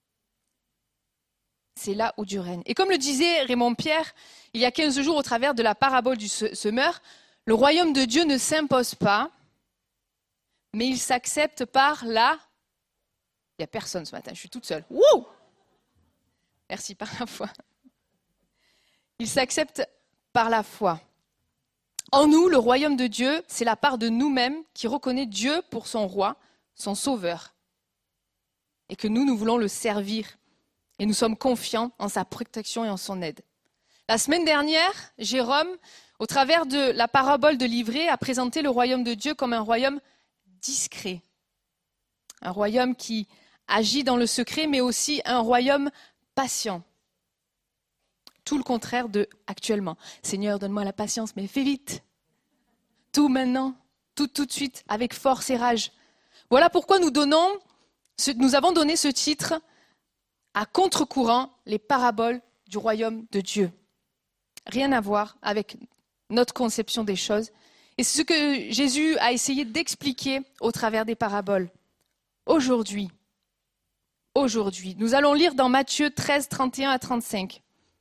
C'est là où Dieu règne. Et comme le disait Raymond Pierre, il y a quinze jours au travers de la parabole du semeur, le royaume de Dieu ne s'impose pas, mais il s'accepte par la... Il n'y a personne ce matin, je suis toute seule. Wouh ! Merci, par la foi. Il s'accepte par la foi. En nous, le royaume de Dieu, c'est la part de nous-mêmes qui reconnaît Dieu pour son roi, son sauveur. Et que nous, nous voulons le servir. Et nous sommes confiants en sa protection et en son aide. La semaine dernière, Jérôme, au travers de la parabole de l'ivraie, a présenté le royaume de Dieu comme un royaume discret. Un royaume qui agit dans le secret, mais aussi un royaume patient. Tout le contraire de actuellement. Seigneur, donne-moi la patience, mais fais vite. Tout maintenant, tout tout de suite, avec force et rage. Voilà pourquoi nous donnons, nous avons donné ce titre à contre-courant, les paraboles du royaume de Dieu. Rien à voir avec notre conception des choses. Et c'est ce que Jésus a essayé d'expliquer au travers des paraboles. Aujourd'hui, aujourd'hui, nous allons lire dans Matthieu treize, trente et un à trente-cinq.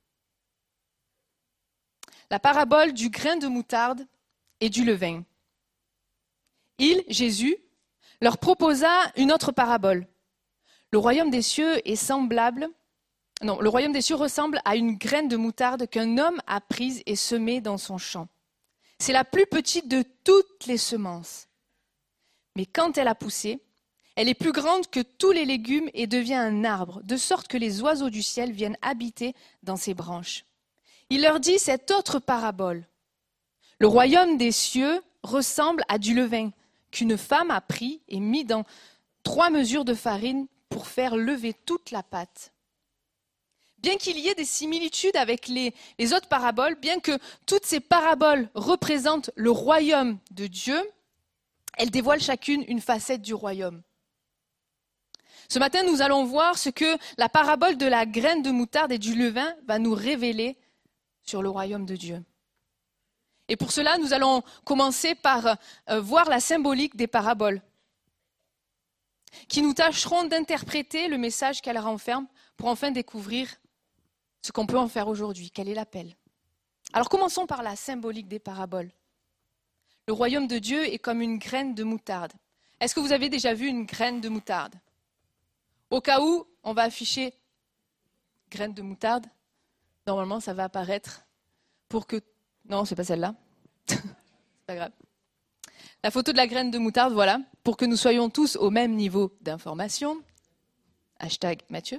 La parabole du grain de moutarde et du levain. Il, Jésus, leur proposa une autre parabole. Le royaume des cieux est semblable, non, le royaume des cieux ressemble à une graine de moutarde qu'un homme a prise et semée dans son champ. C'est la plus petite de toutes les semences. Mais quand elle a poussé, Elle est plus grande que tous les légumes et devient un arbre, de sorte que les oiseaux du ciel viennent habiter dans ses branches. Il leur dit cette autre parabole. Le royaume des cieux ressemble à du levain qu'une femme a pris et mis dans trois mesures de farine pour faire lever toute la pâte. Bien qu'il y ait des similitudes avec les, les autres paraboles, bien que toutes ces paraboles représentent le royaume de Dieu, elles dévoilent chacune une facette du royaume. Ce matin, nous allons voir ce que la parabole de la graine de moutarde et du levain va nous révéler sur le royaume de Dieu. Et pour cela, nous allons commencer par euh, voir la symbolique des paraboles, qui nous tâcheront d'interpréter le message qu'elle renferme pour enfin découvrir ce qu'on peut en faire aujourd'hui, quel est l'appel. Alors commençons par la symbolique des paraboles. Le royaume de Dieu est comme une graine de moutarde. Est-ce que vous avez déjà vu une graine de moutarde? Au cas où, on va afficher graine de moutarde. Normalement, ça va apparaître pour que... Non, c'est pas celle-là. C'est pas grave. La photo de la graine de moutarde, voilà, pour que nous soyons tous au même niveau d'information. Hashtag Mathieu.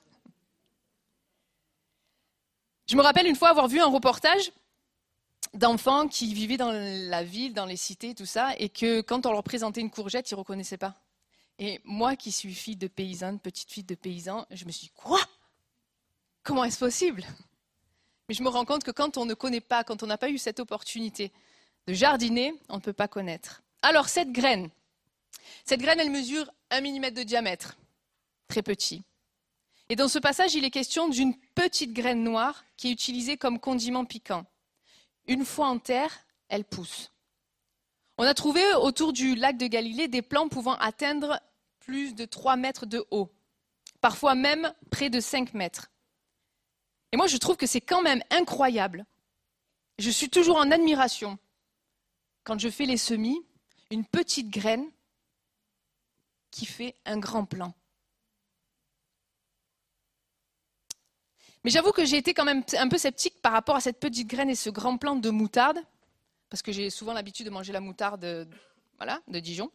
Je me rappelle une fois avoir vu un reportage d'enfants qui vivaient dans la ville, dans les cités, tout ça, et que quand on leur présentait une courgette, ils ne reconnaissaient pas. Et moi qui suis fille de paysanne, petite fille de paysan, je me suis dit, quoi? Comment est-ce possible? Mais je me rends compte que quand on ne connaît pas, quand on n'a pas eu cette opportunité de jardiner, on ne peut pas connaître. Alors cette graine, cette graine, elle mesure un millimètre de diamètre, très petit. Et dans ce passage, il est question d'une petite graine noire qui est utilisée comme condiment piquant. Une fois en terre, elle pousse. On a trouvé autour du lac de Galilée des plants pouvant atteindre plus de trois mètres de haut, parfois même près de cinq mètres. Et moi, je trouve que c'est quand même incroyable. Je suis toujours en admiration. Quand je fais les semis, une petite graine qui fait un grand plant. Mais j'avoue que j'ai été quand même un peu sceptique par rapport à cette petite graine et ce grand plant de moutarde, parce que j'ai souvent l'habitude de manger la moutarde, voilà, de Dijon.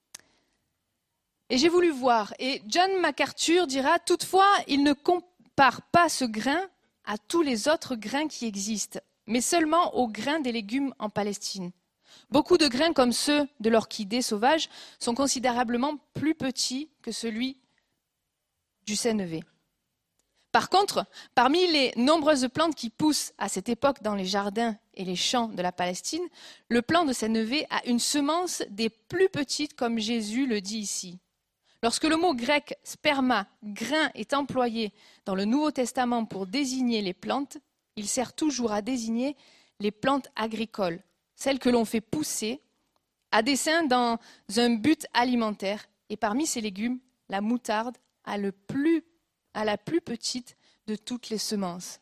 Et j'ai voulu voir. Et John MacArthur dira, toutefois, il ne compare pas ce grain à tous les autres grains qui existent, mais seulement aux grains des légumes en Palestine. Beaucoup de grains comme ceux de l'orchidée sauvage sont considérablement plus petits que celui du sénévé. Par contre, parmi les nombreuses plantes qui poussent à cette époque dans les jardins et les champs de la Palestine, le plant de sénévé a une semence des plus petites comme Jésus le dit ici. Lorsque le mot grec sperma, grain, est employé dans le Nouveau Testament pour désigner les plantes, il sert toujours à désigner les plantes agricoles, celles que l'on fait pousser à dessein dans un but alimentaire. Et parmi ces légumes, la moutarde a, le plus, a la plus petite de toutes les semences.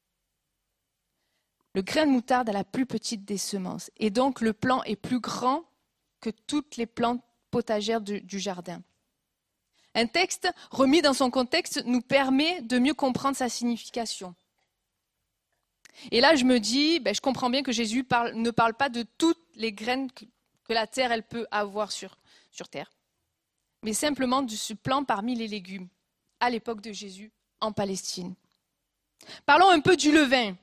Le grain de moutarde a la plus petite des semences. Et donc le plant est plus grand que toutes les plantes potagères du, du jardin. Un texte remis dans son contexte nous permet de mieux comprendre sa signification. Et là, je me dis, ben, je comprends bien que Jésus parle, ne parle pas de toutes les graines que, que la terre elle peut avoir sur, sur terre, mais simplement de ce plant parmi les légumes, à l'époque de Jésus, en Palestine. Parlons un peu du levain.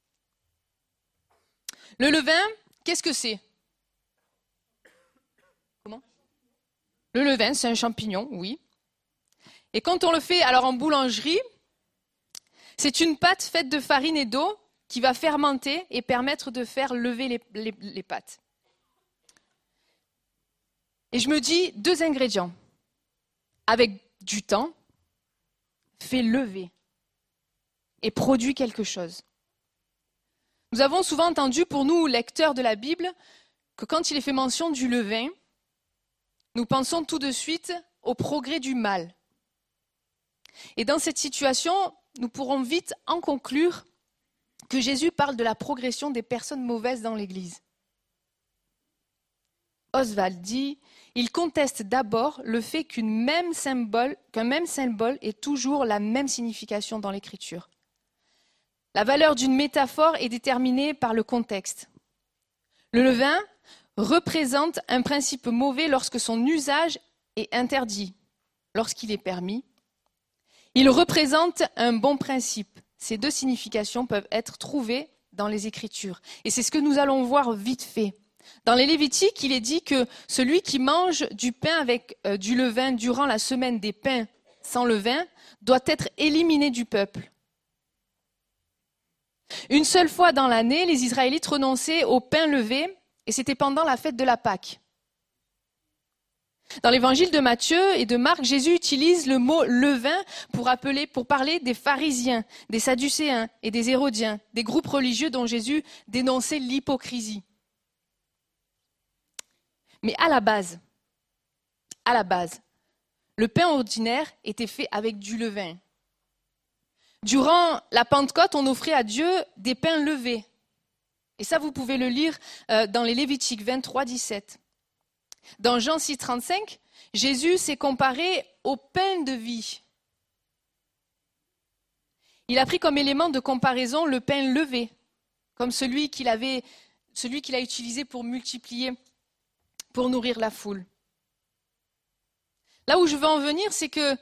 Le levain, qu'est-ce que c'est? Comment? Le levain, c'est un champignon, oui. Et quand on le fait alors en boulangerie, c'est une pâte faite de farine et d'eau qui va fermenter et permettre de faire lever les, les, les pâtes. Et je me dis, deux ingrédients, avec du temps, fait lever et produit quelque chose. Nous avons souvent entendu, pour nous, lecteurs de la Bible, que quand il est fait mention du levain, nous pensons tout de suite au progrès du mal. Et dans cette situation, nous pourrons vite en conclure que Jésus parle de la progression des personnes mauvaises dans l'Église. Oswald dit, il conteste d'abord le fait qu'une même symbole, qu'un même symbole ait toujours la même signification dans l'Écriture. La valeur d'une métaphore est déterminée par le contexte. Le levain représente un principe mauvais lorsque son usage et interdit lorsqu'il est permis. Il représente un bon principe. Ces deux significations peuvent être trouvées dans les Écritures. Et c'est ce que nous allons voir vite fait. Dans les Lévitiques, il est dit que celui qui mange du pain avec euh, du levain durant la semaine des pains sans levain doit être éliminé du peuple. Une seule fois dans l'année, les Israélites renonçaient au pain levé, et c'était pendant la fête de la Pâque. Dans l'évangile de Matthieu et de Marc, Jésus utilise le mot levain pour appeler, pour parler des pharisiens, des sadducéens et des hérodiens, des groupes religieux dont Jésus dénonçait l'hypocrisie. Mais à la base, à la base, le pain ordinaire était fait avec du levain. Durant la Pentecôte, on offrait à Dieu des pains levés. Et ça, vous pouvez le lire dans les Lévitiques vingt-trois, dix-sept. Dans Jean six, trente-cinq, Jésus s'est comparé au pain de vie. Il a pris comme élément de comparaison le pain levé, comme celui qu'il avait, celui qu'il a utilisé pour multiplier, pour nourrir la foule. Là où je veux en venir, c'est que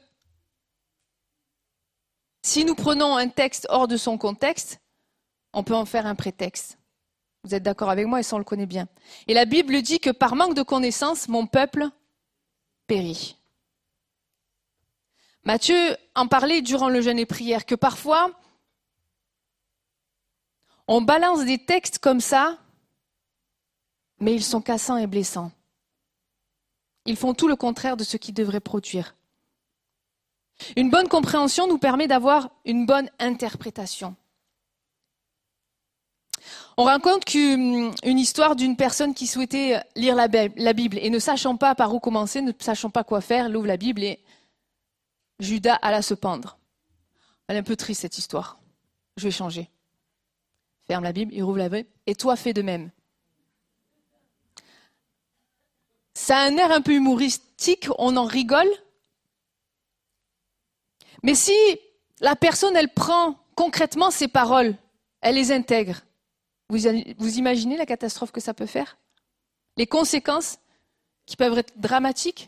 si nous prenons un texte hors de son contexte, on peut en faire un prétexte. Vous êtes d'accord avec moi et ça on le connaît bien. Et la Bible dit que par manque de connaissance, mon peuple périt. Matthieu en parlait durant le jeûne et prière, que parfois on balance des textes comme ça, mais ils sont cassants et blessants. Ils font tout le contraire de ce qu'ils devraient produire. Une bonne compréhension nous permet d'avoir une bonne interprétation. On raconte une histoire d'une personne qui souhaitait lire la Bible et ne sachant pas par où commencer, ne sachant pas quoi faire, elle ouvre la Bible et Judas alla se pendre. Elle est un peu triste cette histoire. Je vais changer. Ferme la Bible, il rouvre la Bible et toi fais de même. Ça a un air un peu humoristique, on en rigole. Mais si la personne, elle prend concrètement ces paroles, elle les intègre, vous, vous imaginez la catastrophe que ça peut faire? Les conséquences qui peuvent être dramatiques?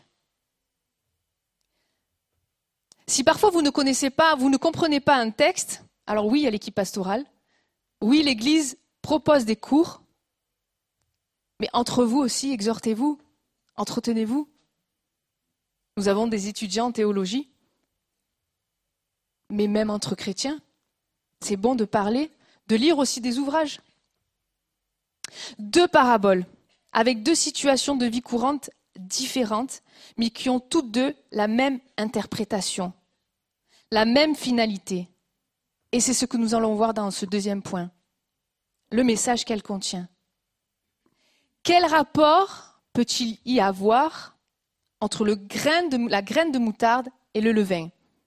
Si parfois vous ne connaissez pas, vous ne comprenez pas un texte, alors oui, il y a l'équipe pastorale, oui, l'Église propose des cours, mais entre vous aussi, exhortez-vous, entretenez-vous. Nous avons des étudiants en théologie, mais même entre chrétiens, c'est bon de parler, de lire aussi des ouvrages. Deux paraboles, avec deux situations de vie courante différentes, mais qui ont toutes deux la même interprétation, la même finalité. Et c'est ce que nous allons voir dans ce deuxième point, le message qu'elle contient. Quel rapport peut-il y avoir entre le grain de, la graine de moutarde et le levain?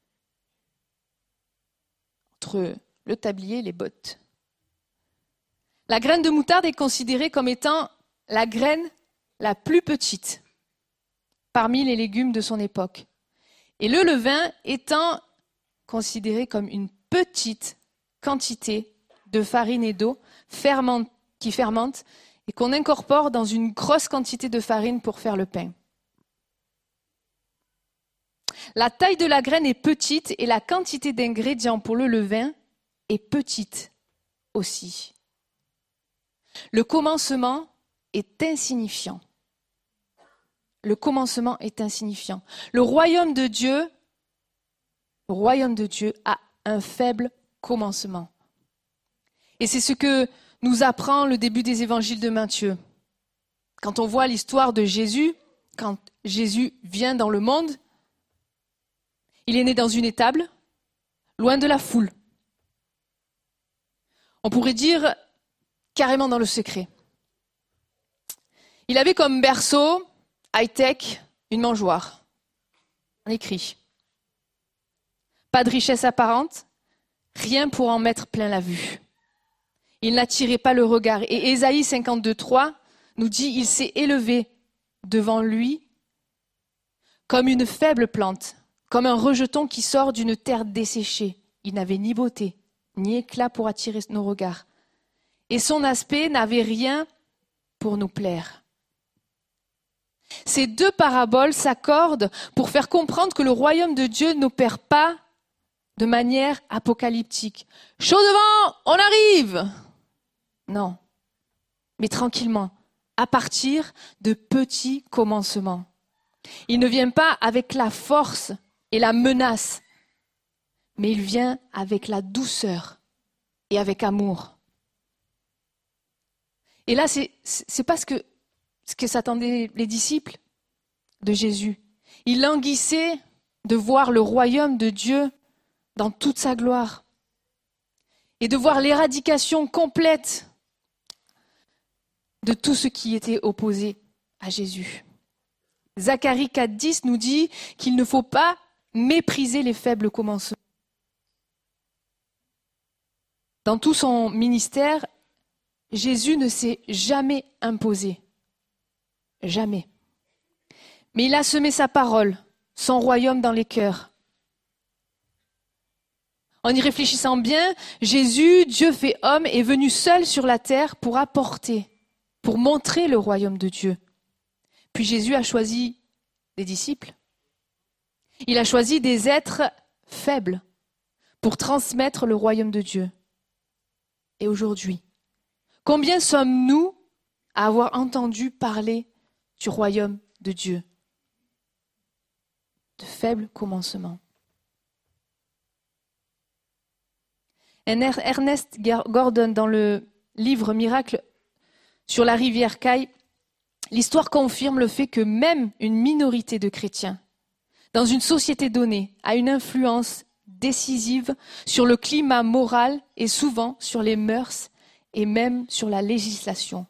Entre le tablier et les bottes. La graine de moutarde est considérée comme étant la graine la plus petite parmi les légumes de son époque. Et le levain étant considéré comme une petite quantité de farine et d'eau fermente, qui fermente et qu'on incorpore dans une grosse quantité de farine pour faire le pain. La taille de la graine est petite et la quantité d'ingrédients pour le levain est petite aussi. Le commencement est insignifiant. Le commencement est insignifiant. Le royaume de Dieu, le royaume de Dieu a un faible commencement. Et c'est ce que nous apprend le début des évangiles de Matthieu. Quand on voit l'histoire de Jésus, quand Jésus vient dans le monde, il est né dans une étable, loin de la foule. On pourrait dire carrément dans le secret. Il avait comme berceau, high-tech, une mangeoire. On écrit. Pas de richesse apparente, rien pour en mettre plein la vue. Il n'attirait pas le regard. Et Ésaïe cinquante-deux, trois nous dit, il s'est élevé devant lui comme une faible plante, comme un rejeton qui sort d'une terre desséchée. Il n'avait ni beauté, ni éclat pour attirer nos regards. Et son aspect n'avait rien pour nous plaire. Ces deux paraboles s'accordent pour faire comprendre que le royaume de Dieu n'opère pas de manière apocalyptique. Chaud devant, on arrive! Non, mais tranquillement, à partir de petits commencements. Il ne vient pas avec la force et la menace, mais il vient avec la douceur et avec amour. Et là, c'est, c'est pas ce que, ce que s'attendaient les disciples de Jésus. Ils languissaient de voir le royaume de Dieu dans toute sa gloire et de voir l'éradication complète de tout ce qui était opposé à Jésus. Zacharie quatre dix nous dit qu'il ne faut pas mépriser les faibles commencements. Dans tout son ministère, Jésus ne s'est jamais imposé. Jamais. Mais il a semé sa parole, son royaume dans les cœurs. En y réfléchissant bien, Jésus, Dieu fait homme, est venu seul sur la terre pour apporter, pour montrer le royaume de Dieu. Puis Jésus a choisi des disciples. Il a choisi des êtres faibles pour transmettre le royaume de Dieu. Et aujourd'hui, combien sommes-nous à avoir entendu parler du royaume de Dieu? De faibles commencements. Ernest Gordon, dans le livre Miracle sur la rivière Cai, l'histoire confirme le fait que même une minorité de chrétiens, dans une société donnée, a une influence décisive sur le climat moral et souvent sur les mœurs et même sur la législation.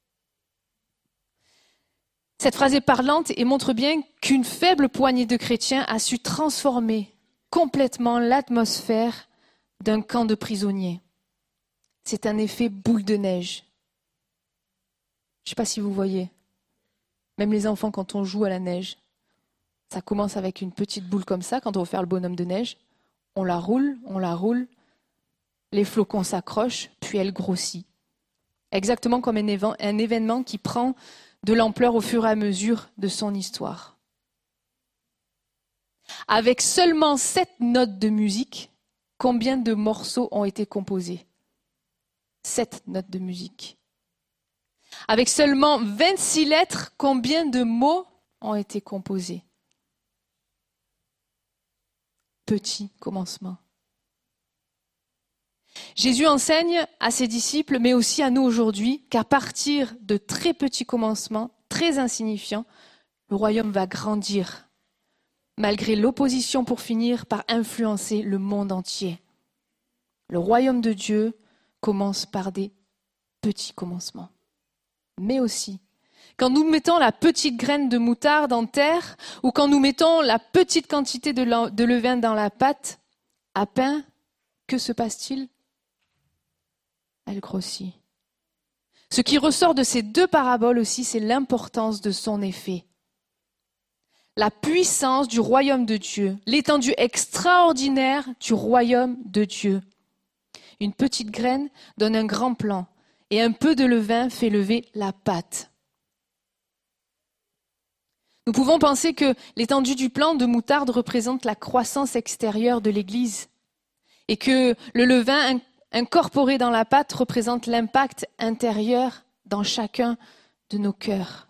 Cette phrase est parlante et montre bien qu'une faible poignée de chrétiens a su transformer complètement l'atmosphère d'un camp de prisonniers. C'est un effet boule de neige. Je ne sais pas si vous voyez. Même les enfants, quand on joue à la neige, ça commence avec une petite boule comme ça, quand on veut faire le bonhomme de neige. On la roule, on la roule, les flocons s'accrochent, puis elle grossit. Exactement comme un, éve- un événement qui prend de l'ampleur au fur et à mesure de son histoire. Avec seulement sept notes de musique, combien de morceaux ont été composés? Sept notes de musique. Avec seulement vingt-six lettres, combien de mots ont été composés? Petit commencement. Jésus enseigne à ses disciples, mais aussi à nous aujourd'hui, qu'à partir de très petits commencements, très insignifiants, le royaume va grandir, malgré l'opposition pour finir par influencer le monde entier. Le royaume de Dieu commence par des petits commencements. Mais aussi, quand nous mettons la petite graine de moutarde en terre, ou quand nous mettons la petite quantité de levain dans la pâte, à pain, que se passe-t-il? Elle grossit. Ce qui ressort de ces deux paraboles aussi, c'est l'importance de son effet. La puissance du royaume de Dieu, l'étendue extraordinaire du royaume de Dieu. Une petite graine donne un grand plant et un peu de levain fait lever la pâte. Nous pouvons penser que l'étendue du plant de moutarde représente la croissance extérieure de l'Église et que le levain incorporé dans la pâte représente l'impact intérieur dans chacun de nos cœurs.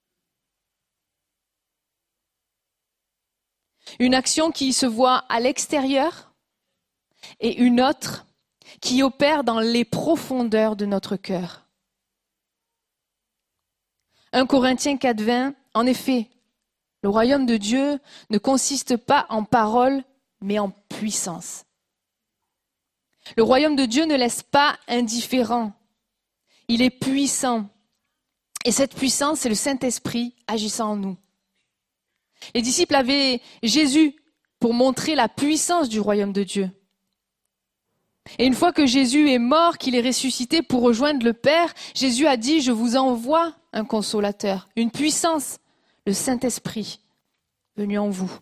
Une action qui se voit à l'extérieur et une autre qui opère dans les profondeurs de notre cœur. premier Corinthiens quatre vingt, en effet, le royaume de Dieu ne consiste pas en paroles, mais en puissance. Le royaume de Dieu ne laisse pas indifférent. Il est puissant. Et cette puissance, c'est le Saint-Esprit agissant en nous. Les disciples avaient Jésus pour montrer la puissance du royaume de Dieu. Et une fois que Jésus est mort, qu'il est ressuscité pour rejoindre le Père, Jésus a dit, je vous envoie un consolateur, une puissance, le Saint-Esprit, venu en vous.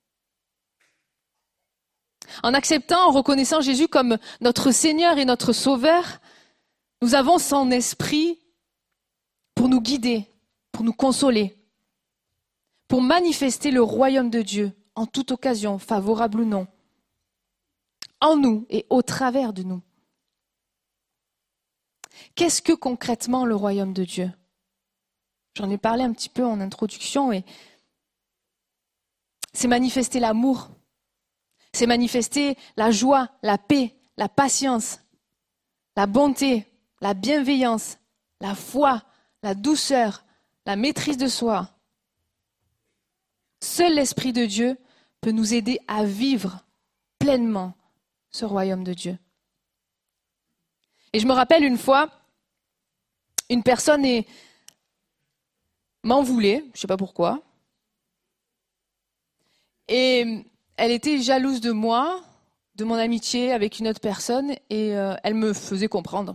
En acceptant, en reconnaissant Jésus comme notre Seigneur et notre Sauveur, nous avons son Esprit pour nous guider, pour nous consoler, pour manifester le royaume de Dieu en toute occasion, favorable ou non, en nous et au travers de nous. Qu'est-ce que concrètement le royaume de Dieu ? J'en ai parlé un petit peu en introduction, et c'est manifester l'amour, c'est manifester la joie, la paix, la patience, la bonté, la bienveillance, la foi, la douceur, la maîtrise de soi. Seul l'Esprit de Dieu peut nous aider à vivre pleinement ce royaume de Dieu. Et je me rappelle une fois, une personne est... m'en voulait, je ne sais pas pourquoi, et elle était jalouse de moi, de mon amitié avec une autre personne, et euh, elle me faisait comprendre.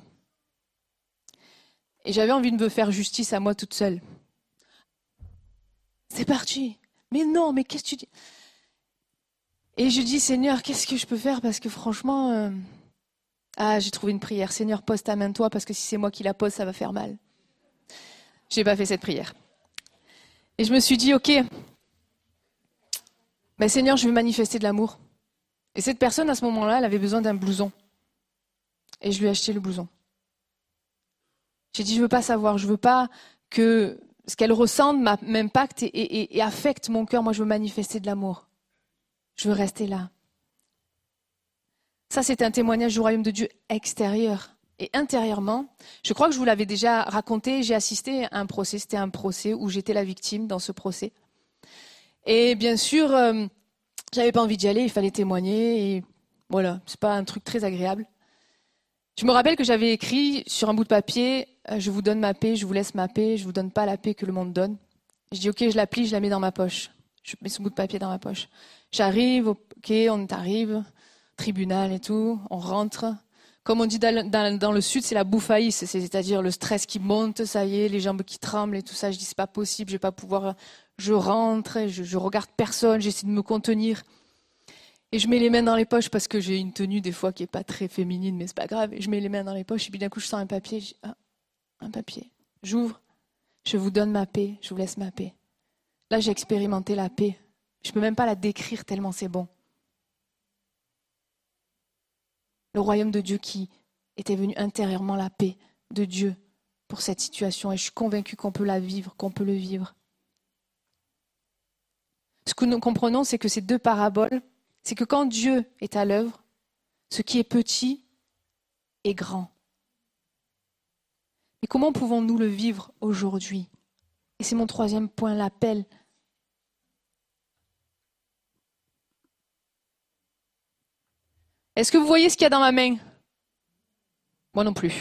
Et j'avais envie de me faire justice à moi toute seule. C'est parti. Mais non, mais qu'est-ce que tu dis ? Et je dis, Seigneur, qu'est-ce que je peux faire ? Parce que franchement, euh... ah, j'ai trouvé une prière. Seigneur, pose ta main toi, parce que si c'est moi qui la pose, ça va faire mal. Je n'ai pas fait cette prière. Et je me suis dit, ok, ben Seigneur, je veux manifester de l'amour. Et cette personne, à ce moment-là, elle avait besoin d'un blouson. Et je lui ai acheté le blouson. J'ai dit, je ne veux pas savoir, je ne veux pas que ce qu'elle ressente m'impacte et, et, et affecte mon cœur. Moi, je veux manifester de l'amour. Je veux rester là. Ça, c'est un témoignage du royaume de Dieu extérieur. Et intérieurement, je crois que je vous l'avais déjà raconté, j'ai assisté à un procès. C'était un procès où j'étais la victime dans ce procès. Et bien sûr, euh, j'avais pas envie d'y aller, il fallait témoigner. Et voilà, c'est pas un truc très agréable. Je me rappelle que j'avais écrit sur un bout de papier, euh, je vous donne ma paix, je vous laisse ma paix, je vous donne pas la paix que le monde donne. Je dis ok, je la plie, je la mets dans ma poche. Je mets ce bout de papier dans ma poche. J'arrive, ok, on arrive, tribunal et tout, on rentre. Comme on dit dans, dans, dans le sud, c'est la bouffaïs, c'est-à-dire le stress qui monte, ça y est, les jambes qui tremblent et tout ça. Je dis c'est pas possible, je vais pas pouvoir. Je rentre, je, je regarde personne, j'essaie de me contenir. Et je mets les mains dans les poches parce que j'ai une tenue des fois qui est pas très féminine, mais c'est pas grave. Et je mets les mains dans les poches et puis d'un coup je sens un papier. Je dis, ah, un papier. J'ouvre, je vous donne ma paix, je vous laisse ma paix. Là j'ai expérimenté la paix. Je peux même pas la décrire tellement c'est bon. Le royaume de Dieu qui était venu intérieurement, la paix de Dieu pour cette situation. Et je suis convaincue qu'on peut la vivre, qu'on peut le vivre. Ce que nous comprenons, c'est que ces deux paraboles, c'est que quand Dieu est à l'œuvre, ce qui est petit est grand. Mais comment pouvons-nous le vivre aujourd'hui ? Et c'est mon troisième point, l'appel. Est-ce que vous voyez ce qu'il y a dans ma main ? Moi non plus.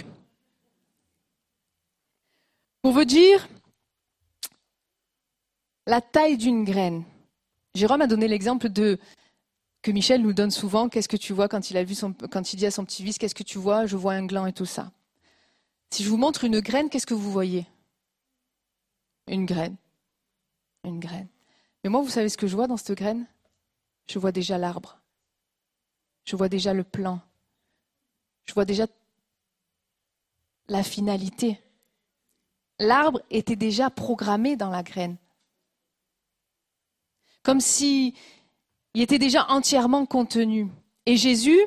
Pour vous dire la taille d'une graine. Jérôme a donné l'exemple de que Michel nous donne souvent. Qu'est-ce que tu vois quand il a vu son, quand il dit à son petit-fils, qu'est-ce que tu vois ? Je vois un gland et tout ça. Si je vous montre une graine, qu'est-ce que vous voyez ? Une graine. Une graine. Mais moi, vous savez ce que je vois dans cette graine ? Je vois déjà l'arbre. Je vois déjà le plan. Je vois déjà la finalité. L'arbre était déjà programmé dans la graine. Comme s'il était déjà entièrement contenu. Et Jésus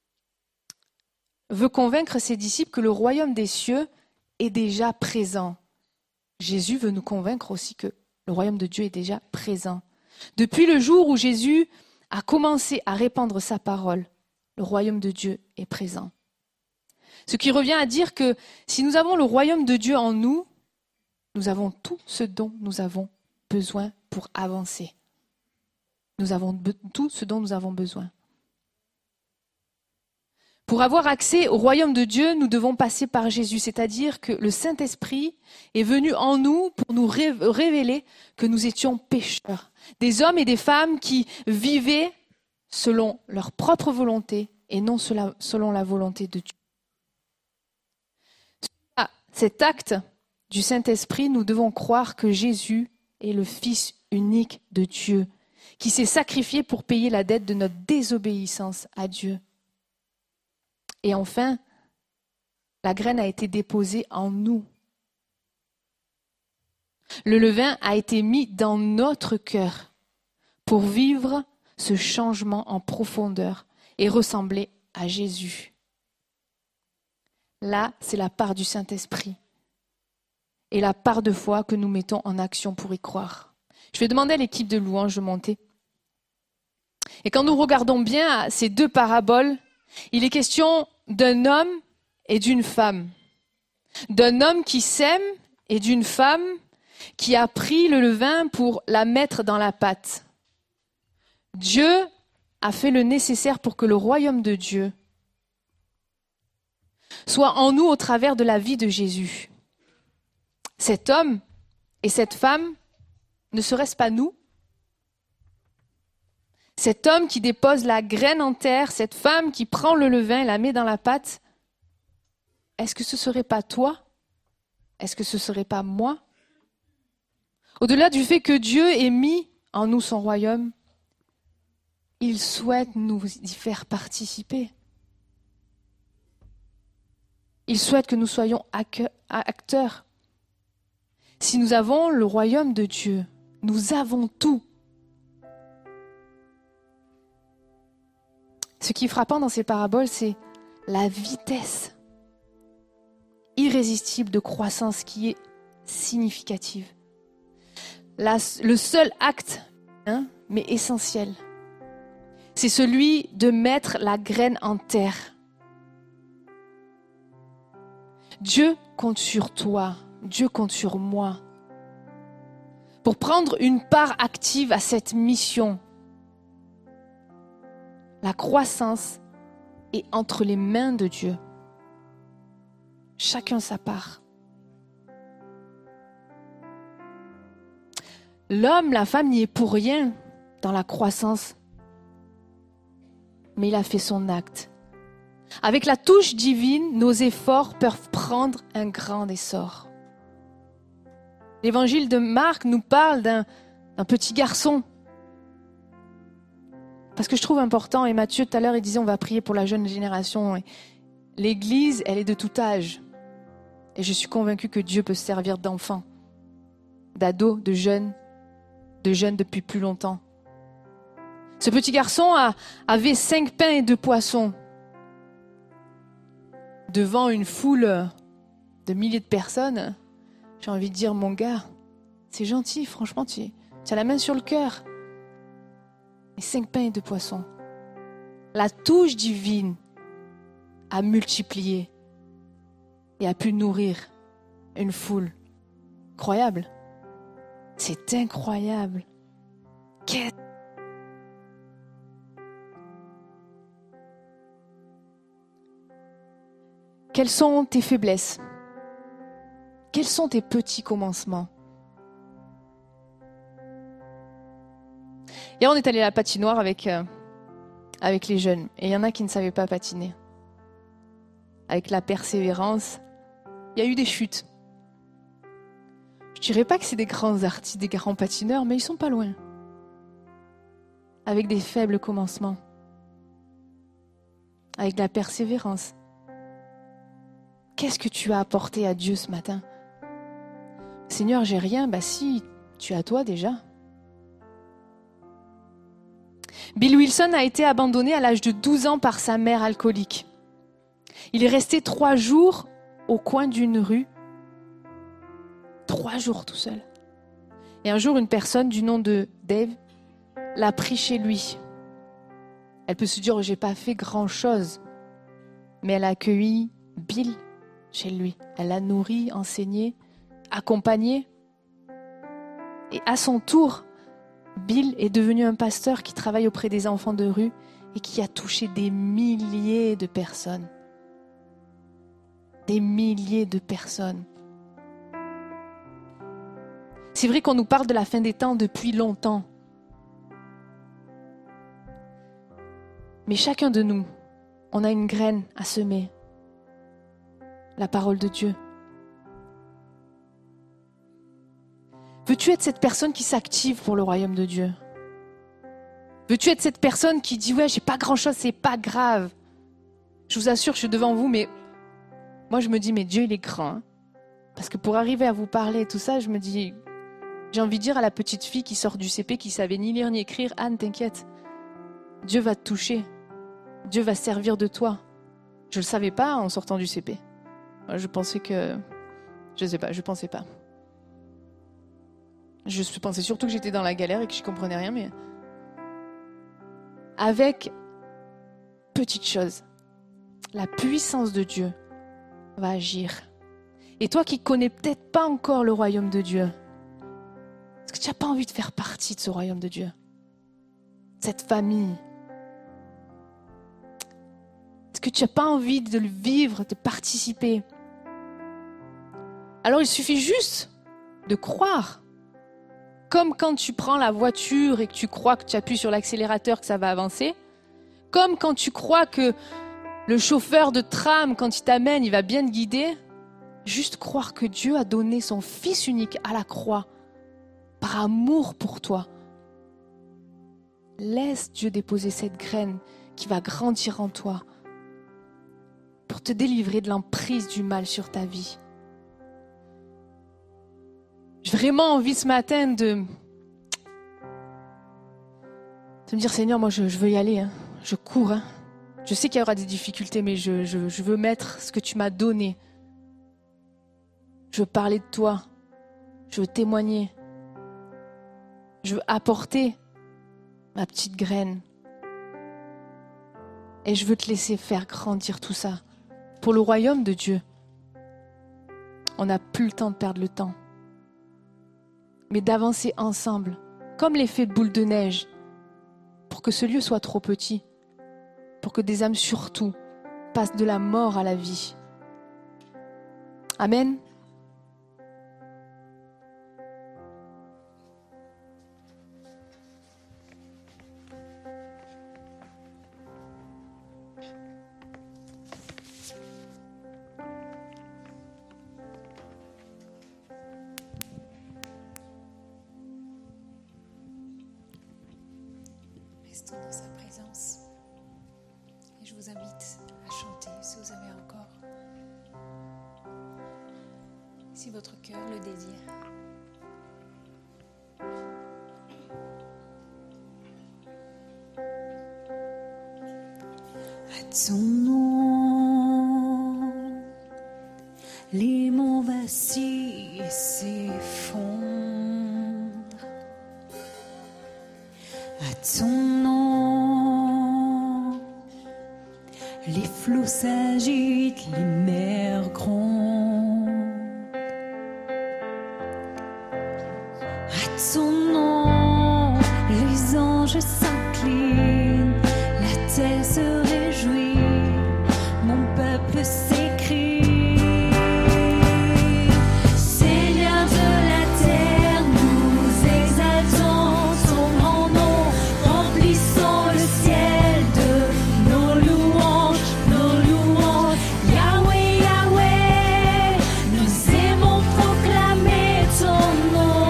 veut convaincre ses disciples que le royaume des cieux est déjà présent. Jésus veut nous convaincre aussi que le royaume de Dieu est déjà présent. Depuis le jour où Jésus a commencé à répandre sa parole, le royaume de Dieu est présent. Ce qui revient à dire que si nous avons le royaume de Dieu en nous, nous avons tout ce dont nous avons besoin pour avancer. Nous avons tout ce dont nous avons besoin. Pour avoir accès au royaume de Dieu, nous devons passer par Jésus, c'est-à-dire que le Saint-Esprit est venu en nous pour nous révéler que nous étions pécheurs, des hommes et des femmes qui vivaient selon leur propre volonté et non selon la volonté de Dieu. À cet acte du Saint-Esprit, nous devons croire que Jésus est le Fils unique de Dieu, qui s'est sacrifié pour payer la dette de notre désobéissance à Dieu. Et enfin, la graine a été déposée en nous. Le levain a été mis dans notre cœur pour vivre ce changement en profondeur et ressembler à Jésus. Là, c'est la part du Saint-Esprit et la part de foi que nous mettons en action pour y croire. Je vais demander à l'équipe de louange de monter. Et quand nous regardons bien ces deux paraboles, il est question d'un homme et d'une femme. D'un homme qui sème et d'une femme qui a pris le levain pour la mettre dans la pâte. Dieu a fait le nécessaire pour que le royaume de Dieu soit en nous au travers de la vie de Jésus. Cet homme et cette femme, ne serait-ce pas nous? Cet homme qui dépose la graine en terre, cette femme qui prend le levain et la met dans la pâte, est-ce que ce ne serait pas toi? Est-ce que ce ne serait pas moi? Au-delà du fait que Dieu ait mis en nous son royaume, il souhaite nous y faire participer. Il souhaite que nous soyons acteurs. Si nous avons le royaume de Dieu, nous avons tout. Ce qui est frappant dans ces paraboles, c'est la vitesse irrésistible de croissance qui est significative. La, le seul acte, hein, mais essentiel, c'est celui de mettre la graine en terre. Dieu compte sur toi, Dieu compte sur moi, pour prendre une part active à cette mission. La croissance est entre les mains de Dieu. Chacun sa part. L'homme, la femme n'y est pour rien dans la croissance. Mais il a fait son acte. Avec la touche divine, nos efforts peuvent prendre un grand essor. L'évangile de Marc nous parle d'un, d'un petit garçon. Parce que je trouve important, et Matthieu tout à l'heure il disait on va prier pour la jeune génération. Et l'Église, elle est de tout âge. Et je suis convaincue que Dieu peut se servir d'enfants, d'ados, de jeunes, de jeunes depuis plus longtemps. Ce petit garçon a, avait cinq pains et deux poissons. Devant une foule de milliers de personnes, j'ai envie de dire, mon gars, c'est gentil, franchement, tu, tu as la main sur le cœur. Et cinq pains et deux poissons. La touche divine a multiplié et a pu nourrir une foule. Incroyable. C'est incroyable. Qu'est-ce Quelles sont tes faiblesses? Quels sont tes petits commencements? Hier, on est allé à la patinoire avec, euh, avec les jeunes. Et il y en a qui ne savaient pas patiner. Avec la persévérance, il y a eu des chutes. Je ne dirais pas que c'est des grands artistes, des grands patineurs, mais ils sont pas loin. Avec des faibles commencements. Avec de la persévérance. Qu'est-ce que tu as apporté à Dieu ce matin? Seigneur, j'ai rien. Bah si, tu as toi déjà. Bill Wilson a été abandonné à l'âge de douze ans par sa mère alcoolique. Il est resté trois jours au coin d'une rue. Trois jours tout seul. Et un jour, une personne du nom de Dave l'a pris chez lui. Elle peut se dire, j'ai pas fait grand-chose. Mais elle a accueilli Bill chez lui. Elle l'a nourri, enseigné, accompagné. Et à son tour, Bill est devenu un pasteur qui travaille auprès des enfants de rue et qui a touché des milliers de personnes. Des milliers de personnes. C'est vrai qu'on nous parle de la fin des temps depuis longtemps. Mais chacun de nous, on a une graine à semer. La parole de Dieu. Veux-tu être cette personne qui s'active pour le royaume de Dieu? Veux-tu être cette personne qui dit « Ouais, j'ai pas grand-chose, c'est pas grave. » Je vous assure, je suis devant vous, mais moi je me dis « Mais Dieu, il est grand. Hein. » Parce que pour arriver à vous parler et tout ça, je me dis J'ai envie de dire à la petite fille qui sort du C P, qui savait ni lire ni écrire, Anne, t'inquiète, Dieu va te toucher, Dieu va servir de toi. Je ne le savais pas en sortant du C P. Je pensais que... Je ne sais pas, je ne pensais pas. Je pensais surtout que j'étais dans la galère et que je ne comprenais rien, mais... Avec petite chose, la puissance de Dieu va agir. Et toi qui ne connais peut-être pas encore le royaume de Dieu, est-ce que tu n'as pas envie de faire partie de ce royaume de Dieu? Cette famille? Est-ce que tu n'as pas envie de le vivre, de participer? Alors il suffit juste de croire. Comme quand tu prends la voiture et que tu crois que tu appuies sur l'accélérateur, que ça va avancer. Comme quand tu crois que le chauffeur de tram, quand il t'amène, il va bien te guider. Juste croire que Dieu a donné son Fils unique à la croix par amour pour toi. Laisse Dieu déposer cette graine qui va grandir en toi pour te délivrer de l'emprise du mal sur ta vie. J'ai vraiment envie ce matin de, de me dire, Seigneur, moi je, je veux y aller, hein. Je cours. Hein. Je sais qu'il y aura des difficultés, mais je, je, je veux mettre ce que tu m'as donné. Je veux parler de toi. Je veux témoigner. Je veux apporter ma petite graine. Et je veux te laisser faire grandir tout ça. Pour le royaume de Dieu, on n'a plus le temps de perdre le temps. Mais d'avancer ensemble, comme l'effet de boule de neige, pour que ce lieu soit trop petit, pour que des âmes surtout passent de la mort à la vie. Amen. Restons dans sa présence. Et je vous invite à chanter si vous avez encore, si votre cœur le désire. À ton nom, les monts vacillent et s'effondrent. À ton nom, les flots s'agitent, les mers grondent. À ton nom, les anges s'inclinent, la terre se réjouit, mon peuple s'écrie. Seigneur de la terre, nous exaltons ton grand nom, remplissons le ciel de nos louanges, nos louanges. Yahweh, Yahweh, nous aimons proclamer ton nom.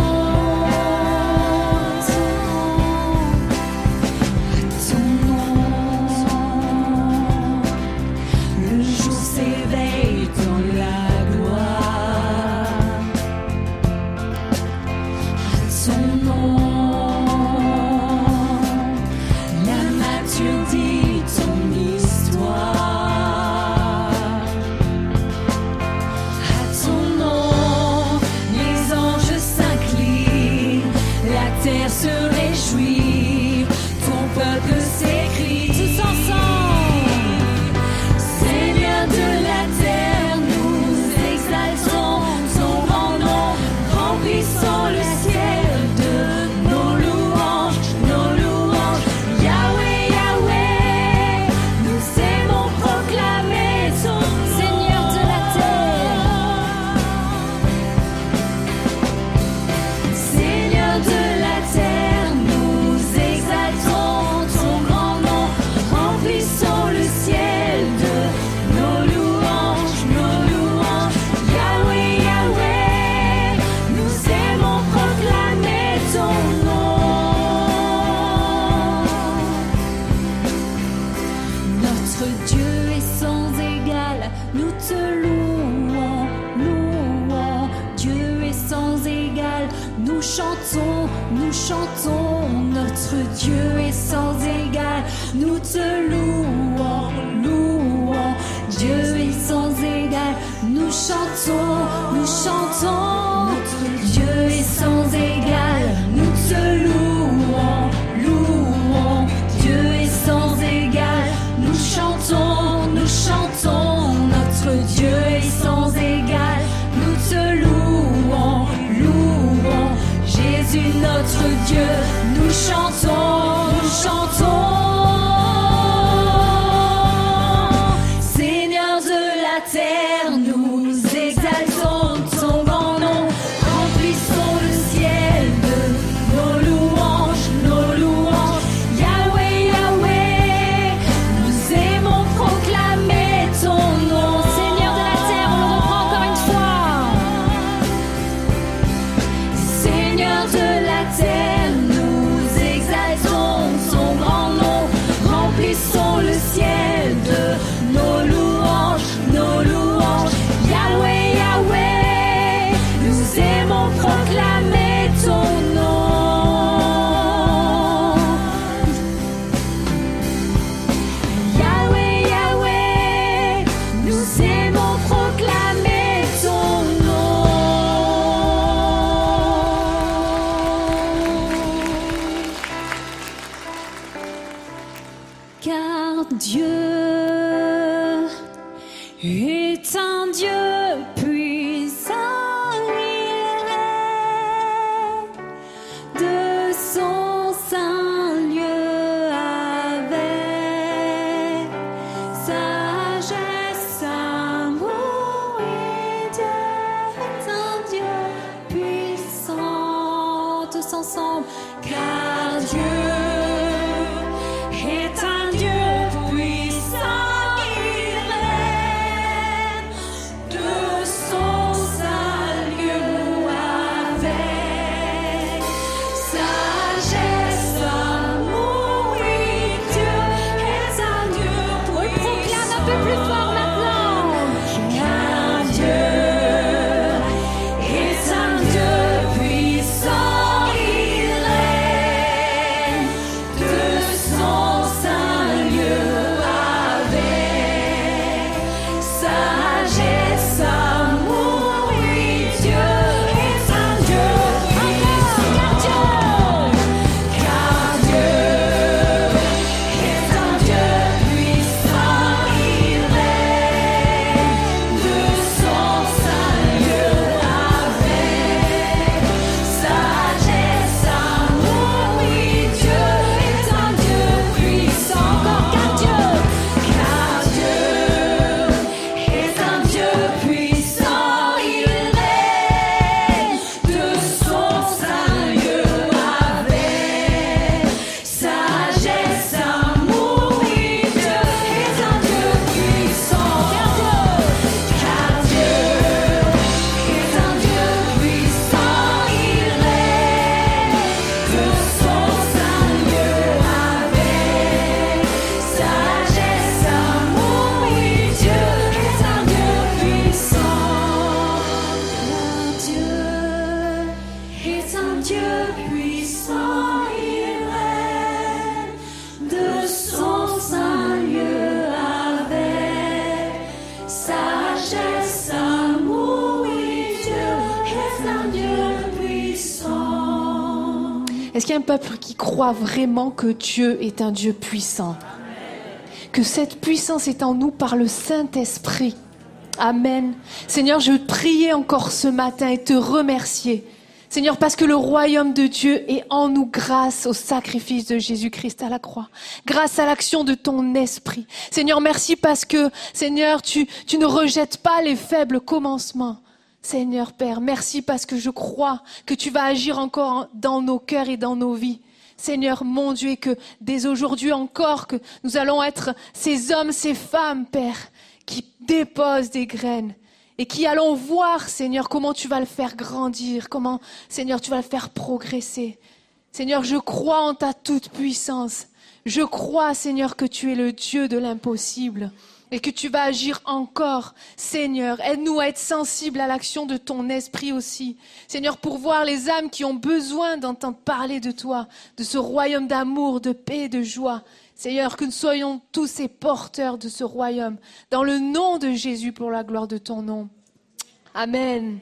À ton nom, le jour s'éveille dans la gloire. À ton nom, la nature dit ton histoire. À ton nom, les anges s'inclinent, la terre se réjouit, ton peuple s'écrie tous ensemble. Seigneur de la terre, nous exaltons ton grand nom, remplissons le ciel de nos louanges, nos louanges. Yahweh, Yahweh, nous aimons proclamer ton Seigneur de la terre. Seigneur de la terre, nous exaltons ton grand notre Dieu est sans égal. Nous te louons, louons. Dieu est sans égal. Nous chantons, nous chantons. Notre Dieu est sans égal. Nous te louons, louons. Dieu est sans égal. Nous chantons, nous chantons. Notre Dieu est sans égal. Nous te louons, louons. Jésus notre Dieu, nous chantons, nous chantons. Seigneur de la terre, nous exaltons ton grand nom. Remplissons le ciel de nos louanges, nos louanges. Yahweh, Yahweh, nous aimons proclamer ton nom. Seigneur de la terre, on le reprend encore une fois. Seigneur de la terre, nous exaltons ton grand nom. Remplissons le ciel de nos louanges, nos louanges. Yahweh, Yahweh, nous aimons proclamer ton nom. Yahweh, Yahweh, nous aimons proclamer ton nom. Car Dieu est un Dieu puissant, il règne de son saint lieu avec sagesse, amour et Dieu est un Dieu puissant. Tous ensemble, car Dieu est un Dieu puissant, il règne de son saint lieu avec sagesse, amour, oui, Dieu est un Dieu puissant. On proclame un peu plus fort maintenant. Car Dieu est un Dieu puissant, il règne de son saint lieu avec sagesse, amour, oui, Dieu est un Dieu puissant. Car Dieu est un Dieu puissant, il règne de son saint lieu avec sagesse, amour, oui, Dieu est un Dieu puissant. Encore car Dieu, car Dieu est un Dieu puissant, il règne de son saint lieu avec sagesse, amour, oui, Dieu est un Dieu puissant. Car Dieu, car Dieu est un Dieu puissant, il règne de son saint lieu avec sagesse, amour, oui, Dieu est un Dieu puissant. Car Dieu est un Dieu puissant, il règne de son saint lieu avec sagesse, amour, oui, Dieu est un Dieu puissant. Est-ce qu'il y a un peuple qui croit vraiment que Dieu est un Dieu puissant? Que cette puissance est en nous par le Saint-Esprit. Amen. Seigneur, je veux te prier encore ce matin et te remercier. Seigneur, parce que le royaume de Dieu est en nous grâce au sacrifice de Jésus-Christ à la croix, grâce à l'action de ton esprit. Seigneur, merci parce que, Seigneur, tu, tu ne rejettes pas les faibles commencements. Seigneur Père, merci parce que je crois que tu vas agir encore dans nos cœurs et dans nos vies. Seigneur mon Dieu, et que dès aujourd'hui encore, que nous allons être ces hommes, ces femmes, Père, qui déposent des graines et qui allons voir, Seigneur, comment tu vas le faire grandir, comment, Seigneur, tu vas le faire progresser. Seigneur, je crois en ta toute puissance. Je crois, Seigneur, que tu es le Dieu de l'impossible. et que tu vas agir encore. Seigneur, aide-nous à être sensibles à l'action de ton esprit aussi. Seigneur, pour voir les âmes qui ont besoin d'entendre parler de toi, de ce royaume d'amour, de paix et de joie. Seigneur, que nous soyons tous ces porteurs de ce royaume, dans le nom de Jésus, pour la gloire de ton nom. Amen.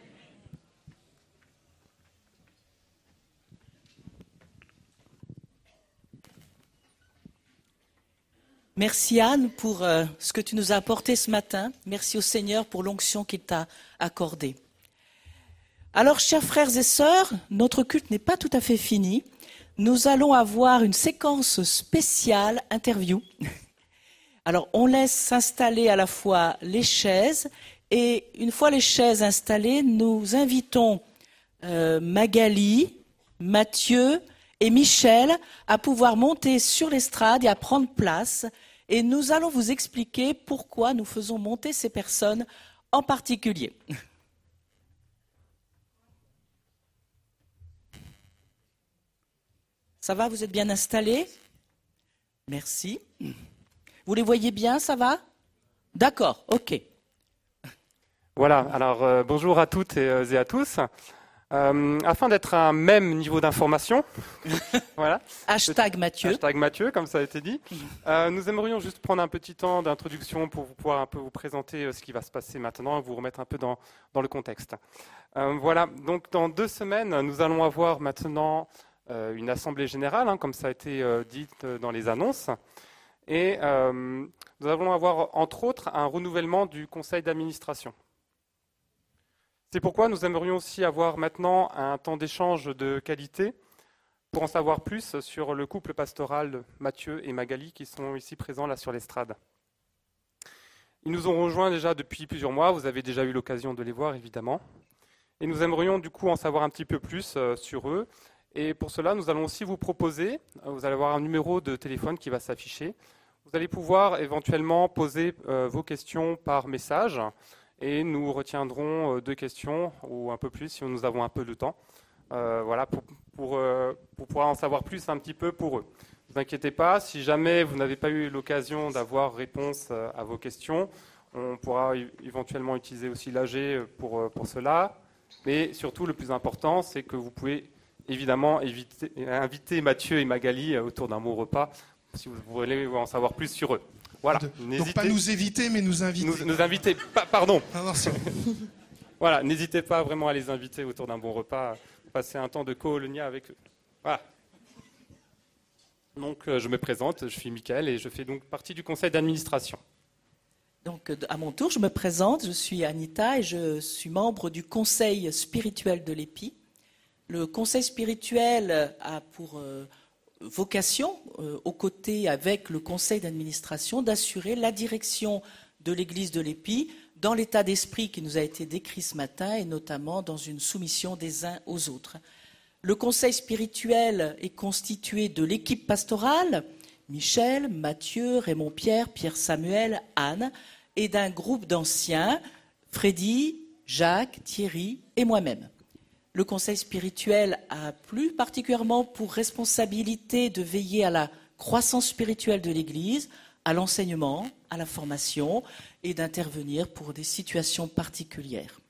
Merci Anne pour euh, ce que tu nous as apporté ce matin. Merci au Seigneur pour l'onction qu'il t'a accordée. Alors, chers frères et sœurs, notre culte n'est pas tout à fait fini. Nous allons avoir une séquence spéciale interview. Alors, on laisse s'installer à la fois les chaises et une fois les chaises installées, nous invitons euh, Magali, Mathieu et Michel à pouvoir monter sur l'estrade et à prendre place. Et nous allons vous expliquer pourquoi nous faisons monter ces personnes en particulier. Ça va, vous êtes bien installés? Merci. Vous les voyez bien, ça va? D'accord, ok. Voilà, alors euh, bonjour à toutes et, euh, et à tous. Euh, afin d'être à un même niveau d'information, voilà. Hashtag Mathieu. Hashtag Mathieu, comme ça a été dit. Euh, nous aimerions juste prendre un petit temps d'introduction pour vous pouvoir un peu vous présenter euh, ce qui va se passer maintenant et vous remettre un peu dans, dans le contexte. Euh, voilà, donc dans deux semaines, nous allons avoir maintenant euh, une assemblée générale, hein, comme ça a été euh, dit euh, dans les annonces. Et euh, nous allons avoir entre autres un renouvellement du conseil d'administration. C'est pourquoi nous aimerions aussi avoir maintenant un temps d'échange de qualité pour en savoir plus sur le couple pastoral Mathieu et Magali qui sont ici présents là sur l'estrade. Ils nous ont rejoints déjà depuis plusieurs mois, vous avez déjà eu l'occasion de les voir évidemment. Et nous aimerions du coup en savoir un petit peu plus sur eux. Et pour cela, nous allons aussi vous proposer, vous allez avoir un numéro de téléphone qui va s'afficher. Vous allez pouvoir éventuellement poser vos questions par message. Et nous retiendrons deux questions, ou un peu plus si nous avons un peu de temps, euh, voilà, pour, pour, euh, pour pouvoir en savoir plus un petit peu pour eux. Ne vous inquiétez pas, si jamais vous n'avez pas eu l'occasion d'avoir réponse à vos questions, on pourra éventuellement utiliser aussi l'A G pour, pour cela. Mais surtout, le plus important, c'est que vous pouvez évidemment éviter, inviter Mathieu et Magali autour d'un bon repas, si vous voulez en savoir plus sur eux. Voilà. Donc pas nous éviter, mais nous inviter. Nous, nous inviter, pa- pardon. Ah non, c'est... Voilà, n'hésitez pas vraiment à les inviter autour d'un bon repas, passer un temps de koinonia avec eux. Voilà. Donc euh, je me présente, je suis Mickaël et je fais donc partie du conseil d'administration. Donc à mon tour, je me présente, je suis Anita et je suis membre du conseil spirituel de l'E P I. Le conseil spirituel a pour euh, vocation, euh, aux côtés avec le conseil d'administration, d'assurer la direction de l'Église de l'E P I dans l'état d'esprit qui nous a été décrit ce matin et notamment dans une soumission des uns aux autres. Le conseil spirituel est constitué de l'équipe pastorale, Michel, Mathieu, Raymond-Pierre, Pierre-Samuel, Anne, et d'un groupe d'anciens, Freddy, Jacques, Thierry et moi-même. Le conseil spirituel a plus particulièrement pour responsabilité de veiller à la croissance spirituelle de l'Église, à l'enseignement, à la formation et d'intervenir pour des situations particulières.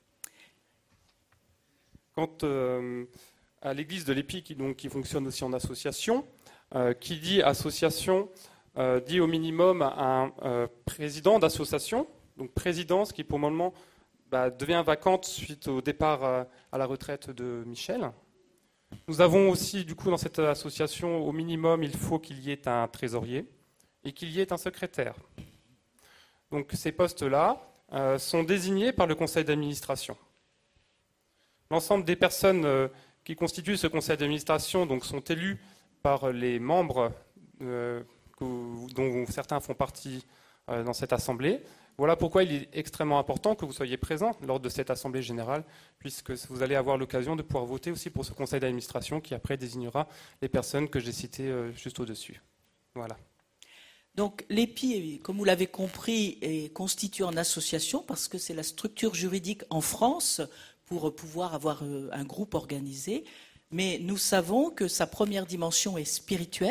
Quant euh, à l'Église de l'E P I, qui, donc, qui fonctionne aussi en association, euh, qui dit association, euh, dit au minimum un euh, président d'association, donc présidence qui pour le moment bah, devient vacante suite au départ euh, à la retraite de Michel. Nous avons aussi, du coup, dans cette association, au minimum, il faut qu'il y ait un trésorier et qu'il y ait un secrétaire. Donc ces postes-là euh, sont désignés par le conseil d'administration. L'ensemble des personnes euh, qui constituent ce conseil d'administration donc, sont élues par les membres euh, que, dont certains font partie euh, dans cette assemblée. Voilà pourquoi il est extrêmement important que vous soyez présents lors de cette assemblée générale, puisque vous allez avoir l'occasion de pouvoir voter aussi pour ce conseil d'administration qui après désignera les personnes que j'ai citées euh, juste au-dessus. Voilà. Donc l'E P I, comme vous l'avez compris, est constitué en association parce que c'est la structure juridique en France pour pouvoir avoir un groupe organisé. Mais nous savons que sa première dimension est spirituelle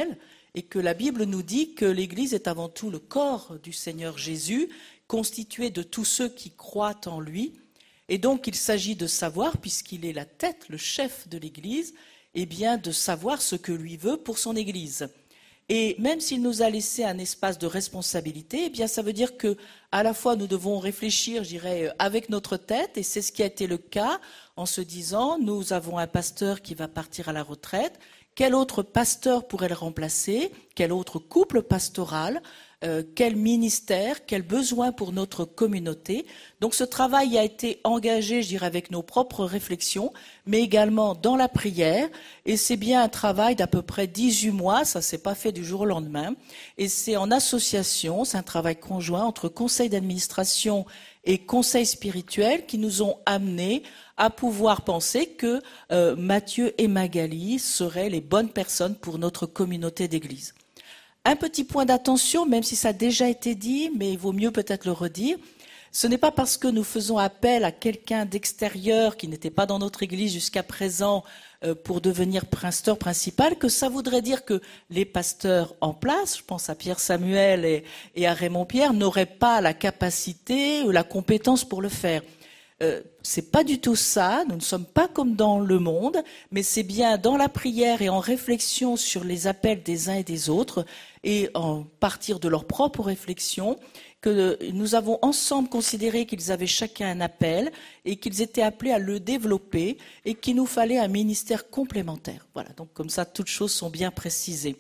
et que la Bible nous dit que l'Église est avant tout le corps du Seigneur Jésus, constitué de tous ceux qui croient en lui. Et donc il s'agit de savoir, puisqu'il est la tête, le chef de l'Église, eh bien de savoir ce que lui veut pour son Église. Et même s'il nous a laissé un espace de responsabilité, eh bien ça veut dire que à la fois nous devons réfléchir, je dirais, avec notre tête, et c'est ce qui a été le cas en se disant, nous avons un pasteur qui va partir à la retraite, quel autre pasteur pourrait le remplacer, quel autre couple pastoral, euh, quel ministère, quel besoin pour notre communauté. Donc ce travail a été engagé, je dirais, avec nos propres réflexions, mais également dans la prière, et c'est bien un travail d'à peu près dix-huit mois, ça ne s'est pas fait du jour au lendemain, et c'est en association, c'est un travail conjoint entre conseil d'administration et conseil spirituel qui nous ont amenés à pouvoir penser que euh, Mathieu et Magali seraient les bonnes personnes pour notre communauté d'église. Un petit point d'attention, même si ça a déjà été dit, mais il vaut mieux peut-être le redire, ce n'est pas parce que nous faisons appel à quelqu'un d'extérieur qui n'était pas dans notre église jusqu'à présent euh, pour devenir pasteur principal que ça voudrait dire que les pasteurs en place, je pense à Pierre Samuel et, et à Raymond Pierre, n'auraient pas la capacité ou la compétence pour le faire. Euh, c'est pas du tout ça, nous ne sommes pas comme dans le monde, mais c'est bien dans la prière et en réflexion sur les appels des uns et des autres et en partir de leurs propres réflexions que nous avons ensemble considéré qu'ils avaient chacun un appel et qu'ils étaient appelés à le développer et qu'il nous fallait un ministère complémentaire. Voilà, donc comme ça, toutes choses sont bien précisées.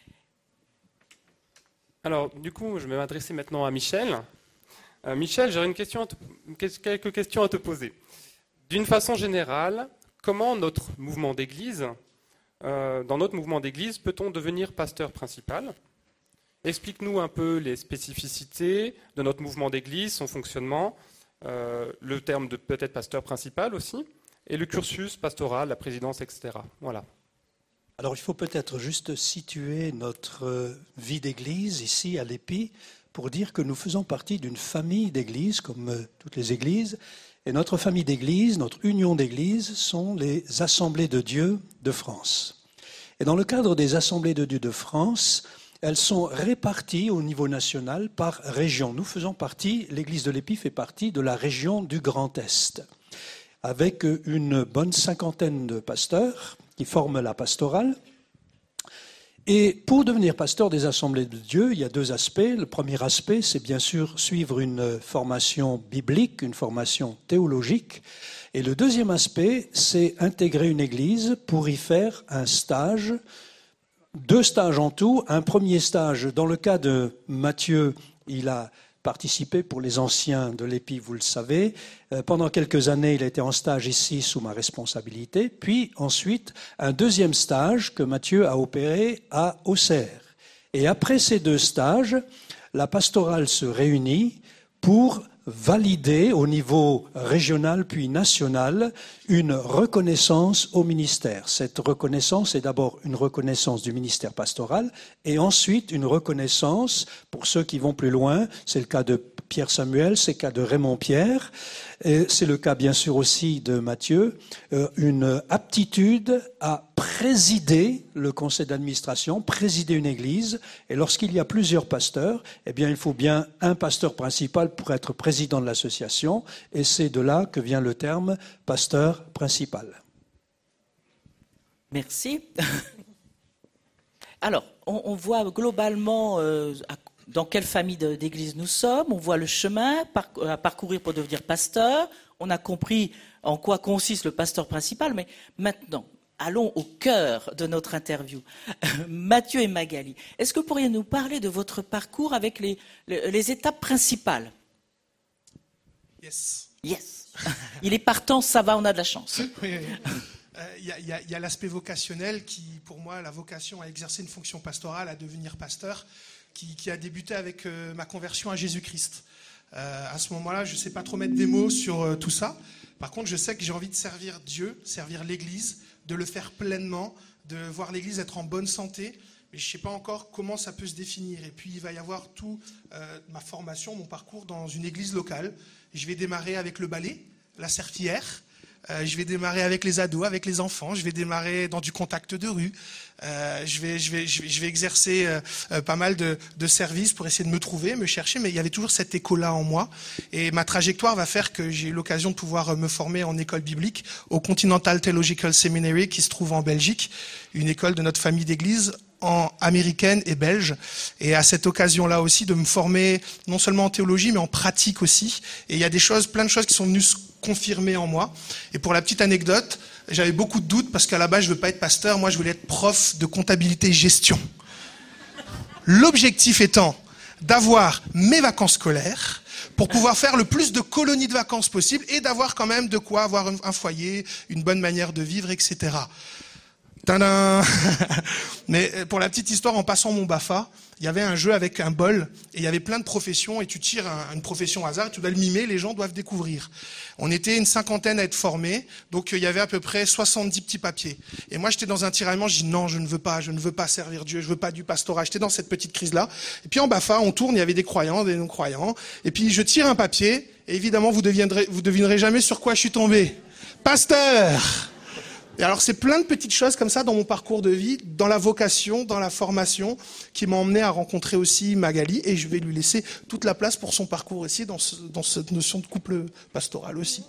Alors, du coup, je vais m'adresser maintenant à Michel. Euh, Michel, j'aurais une question à te, quelques questions à te poser. D'une façon générale, comment notre mouvement d'église, euh, dans notre mouvement d'église, peut-on devenir pasteur principal ? Explique-nous un peu les spécificités de notre mouvement d'église, son fonctionnement, euh, le terme de peut-être pasteur principal aussi, et le cursus pastoral, la présidence, et cetera. Voilà. Alors il faut peut-être juste situer notre vie d'église ici à l'Épi pour dire que nous faisons partie d'une famille d'églises, comme toutes les églises, et notre famille d'églises, notre union d'églises, sont les Assemblées de Dieu de France. Et dans le cadre des Assemblées de Dieu de France, elles sont réparties au niveau national par région. Nous faisons partie, l'église de l'Épi fait partie de la région du Grand Est, avec une bonne cinquantaine de pasteurs qui forment la pastorale. Et pour devenir pasteur des Assemblées de Dieu, il y a deux aspects. Le premier aspect, c'est bien sûr suivre une formation biblique, une formation théologique. Et le deuxième aspect, c'est intégrer une église pour y faire un stage. Deux stages en tout. Un premier stage, dans le cas de Mathieu, il a participé pour les anciens de l'Épi, vous le savez. Pendant quelques années, il a été en stage ici sous ma responsabilité. Puis ensuite, un deuxième stage que Mathieu a opéré à Auxerre. Et après ces deux stages, la pastorale se réunit pour valider au niveau régional puis national une reconnaissance au ministère. Cette reconnaissance est d'abord une reconnaissance du ministère pastoral et ensuite une reconnaissance, pour ceux qui vont plus loin, c'est le cas de Pierre Samuel, c'est le cas de Raymond Pierre, et c'est le cas bien sûr aussi de Mathieu, euh, une aptitude à présider le conseil d'administration, présider une église, et lorsqu'il y a plusieurs pasteurs, eh bien il faut bien un pasteur principal pour être président de l'association, et c'est de là que vient le terme pasteur principal. Merci. Alors, on, on voit globalement euh, à dans quelle famille d'église nous sommes, on voit le chemin à parcourir pour devenir pasteur, on a compris en quoi consiste le pasteur principal, mais maintenant, allons au cœur de notre interview. Mathieu et Magali, est-ce que vous pourriez nous parler de votre parcours avec les, les, les étapes principales ? Yes. Yes. Il est partant, ça va, on a de la chance. Oui, oui, oui. Il euh, y a, a, a l'aspect vocationnel qui, pour moi, la vocation à exercer une fonction pastorale, à devenir pasteur, Qui, qui a débuté avec euh, ma conversion à Jésus-Christ. Euh, à ce moment-là, je ne sais pas trop mettre des mots sur euh, tout ça. Par contre, je sais que j'ai envie de servir Dieu, servir l'Église, de le faire pleinement, de voir l'Église être en bonne santé. Mais je ne sais pas encore comment ça peut se définir. Et puis, il va y avoir tout euh, ma formation, mon parcours dans une église locale. Je vais démarrer avec le ballet, la serpillière. Euh, je vais démarrer avec les ados, avec les enfants. Je vais démarrer dans du contact de rue. Euh, je vais, je vais, je vais, je vais exercer euh, euh, pas mal de, de services pour essayer de me trouver, me chercher. Mais il y avait toujours cet écho-là en moi. Et ma trajectoire va faire que j'ai eu l'occasion de pouvoir me former en école biblique au Continental Theological Seminary, qui se trouve en Belgique, une école de notre famille d'église, en américaine et belge, et à cette occasion-là aussi de me former non seulement en théologie mais en pratique aussi. Et il y a des choses, plein de choses qui sont venues se confirmer en moi. Et pour la petite anecdote, j'avais beaucoup de doutes parce qu'à la base je veux pas être pasteur, moi je voulais être prof de comptabilité et gestion. L'objectif étant d'avoir mes vacances scolaires pour pouvoir faire le plus de colonies de vacances possible et d'avoir quand même de quoi avoir un foyer, une bonne manière de vivre, et cetera. Tadam. Mais pour la petite histoire, en passant mon BAFA, il y avait un jeu avec un bol et il y avait plein de professions et tu tires un, une profession au hasard et tu dois le mimer, les gens doivent découvrir. On était une cinquantaine à être formés, donc il y avait à peu près soixante-dix petits papiers. Et moi j'étais dans un tiraillement, je dis non, je ne veux pas, je ne veux pas servir Dieu, je veux pas du pastorat. J'étais dans cette petite crise-là. Et puis en BAFA, on tourne, il y avait des croyants, des non-croyants. Et puis je tire un papier et évidemment vous deviendrez, vous devinerez jamais sur quoi je suis tombé. Pasteur! Et alors c'est plein de petites choses comme ça dans mon parcours de vie, dans la vocation, dans la formation, qui m'ont emmené à rencontrer aussi Magali, et je vais lui laisser toute la place pour son parcours aussi, dans, ce, dans cette notion de couple pastoral aussi.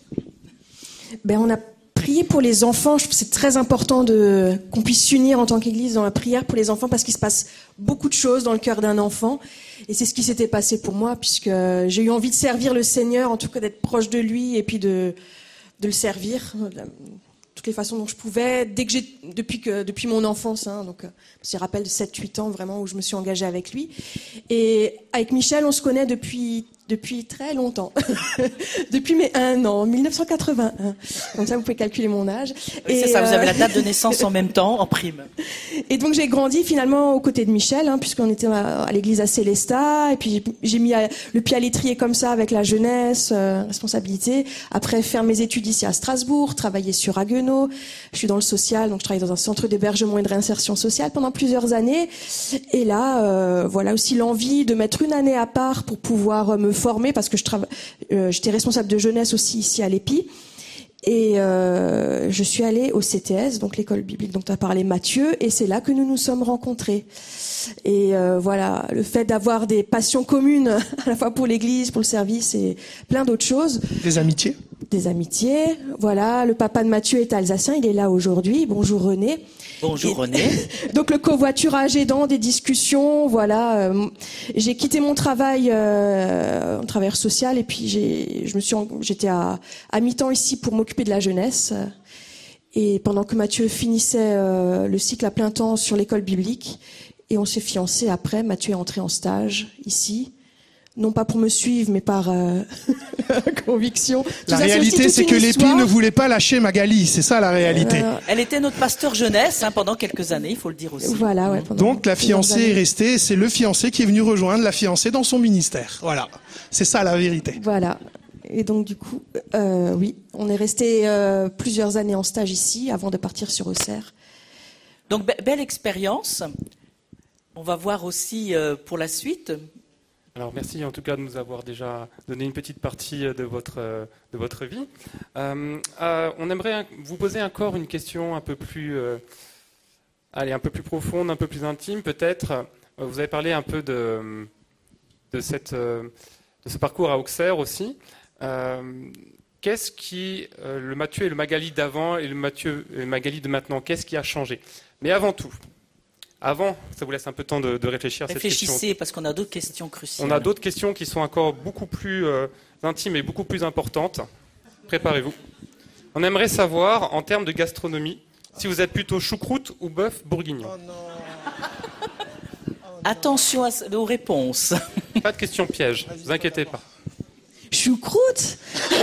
Ben, on a prié pour les enfants. Je trouve que c'est très important de, qu'on puisse s'unir en tant qu'Église dans la prière pour les enfants, parce qu'il se passe beaucoup de choses dans le cœur d'un enfant. Et c'est ce qui s'était passé pour moi, puisque j'ai eu envie de servir le Seigneur, en tout cas d'être proche de lui, et puis de, de le servir toutes les façons dont je pouvais, dès que j'ai, depuis que, depuis mon enfance, hein, donc, je me rappelle de sept huit ans vraiment où je me suis engagée avec lui. Et avec Michel, on se connaît depuis, depuis très longtemps. Depuis mes un an, mille neuf cent quatre-vingt-un. Comme ça, vous pouvez calculer mon âge. Oui, c'est ça, vous avez la date de naissance en même temps, en prime. Et donc, j'ai grandi finalement aux côtés de Michel, hein, puisqu'on était à, à l'église à Célestat. Et puis, j'ai mis à, le pied à l'étrier comme ça avec la jeunesse, euh, responsabilité. Après, faire mes études ici à Strasbourg, travailler sur Haguenau. Je suis dans le social, donc je travaille dans un centre d'hébergement et de réinsertion sociale pendant plusieurs années. Et là, euh, voilà aussi l'envie de mettre une année à part pour pouvoir me former, parce que je travaille, euh, j'étais responsable de jeunesse aussi ici à l'Épi. Et euh, je suis allée au C T S, donc l'école biblique dont a parlé Mathieu, et c'est là que nous nous sommes rencontrés. Et euh, voilà, le fait d'avoir des passions communes, à la fois pour l'Église, pour le service et plein d'autres choses. Des amitiés. Des amitiés. Voilà, le papa de Mathieu est alsacien, il est là aujourd'hui. Bonjour René. Bonjour René. Donc le covoiturage aidant, des discussions, voilà. Euh, j'ai quitté mon travail euh, en travailleur social et puis j'ai, je me suis, j'étais à, à mi-temps ici pour m'occuper de la jeunesse. Et pendant que Mathieu finissait euh, le cycle à plein temps sur l'école biblique, et on s'est fiancés après. Mathieu est entré en stage ici. Non pas pour me suivre, mais par euh, conviction. La réalité, c'est que l'Épi ne voulait pas lâcher Magali. C'est ça la réalité. Euh... Elle était notre pasteur jeunesse hein, pendant quelques années, il faut le dire aussi. Voilà, ouais, donc la fiancée est restée. C'est le fiancé qui est venu rejoindre la fiancée dans son ministère. Voilà, c'est ça la vérité. Voilà. Et donc du coup, euh, oui, on est resté euh, plusieurs années en stage ici avant de partir sur Auxerre. Donc be- belle expérience. On va voir aussi euh, pour la suite. Alors merci en tout cas de nous avoir déjà donné une petite partie de votre, de votre vie. Euh, euh, on aimerait vous poser encore une question un peu plus, euh, allez, un peu plus profonde, un peu plus intime peut-être. Vous avez parlé un peu de, de, cette, de ce parcours à Auxerre aussi. Euh, qu'est-ce qui, euh, le Mathieu et le Magali d'avant et le Mathieu et le Magali de maintenant, qu'est-ce qui a changé? Mais avant tout, Avant, ça vous laisse un peu de temps de, de réfléchir à cette question. Réfléchissez, parce qu'on a d'autres questions cruciales. On a d'autres questions qui sont encore beaucoup plus euh, intimes et beaucoup plus importantes. Préparez-vous. On aimerait savoir, en termes de gastronomie, si vous êtes plutôt choucroute ou bœuf bourguignon. Oh non. Attention aux réponses. Pas de questions pièges, ne vous inquiétez pas. Choucroute.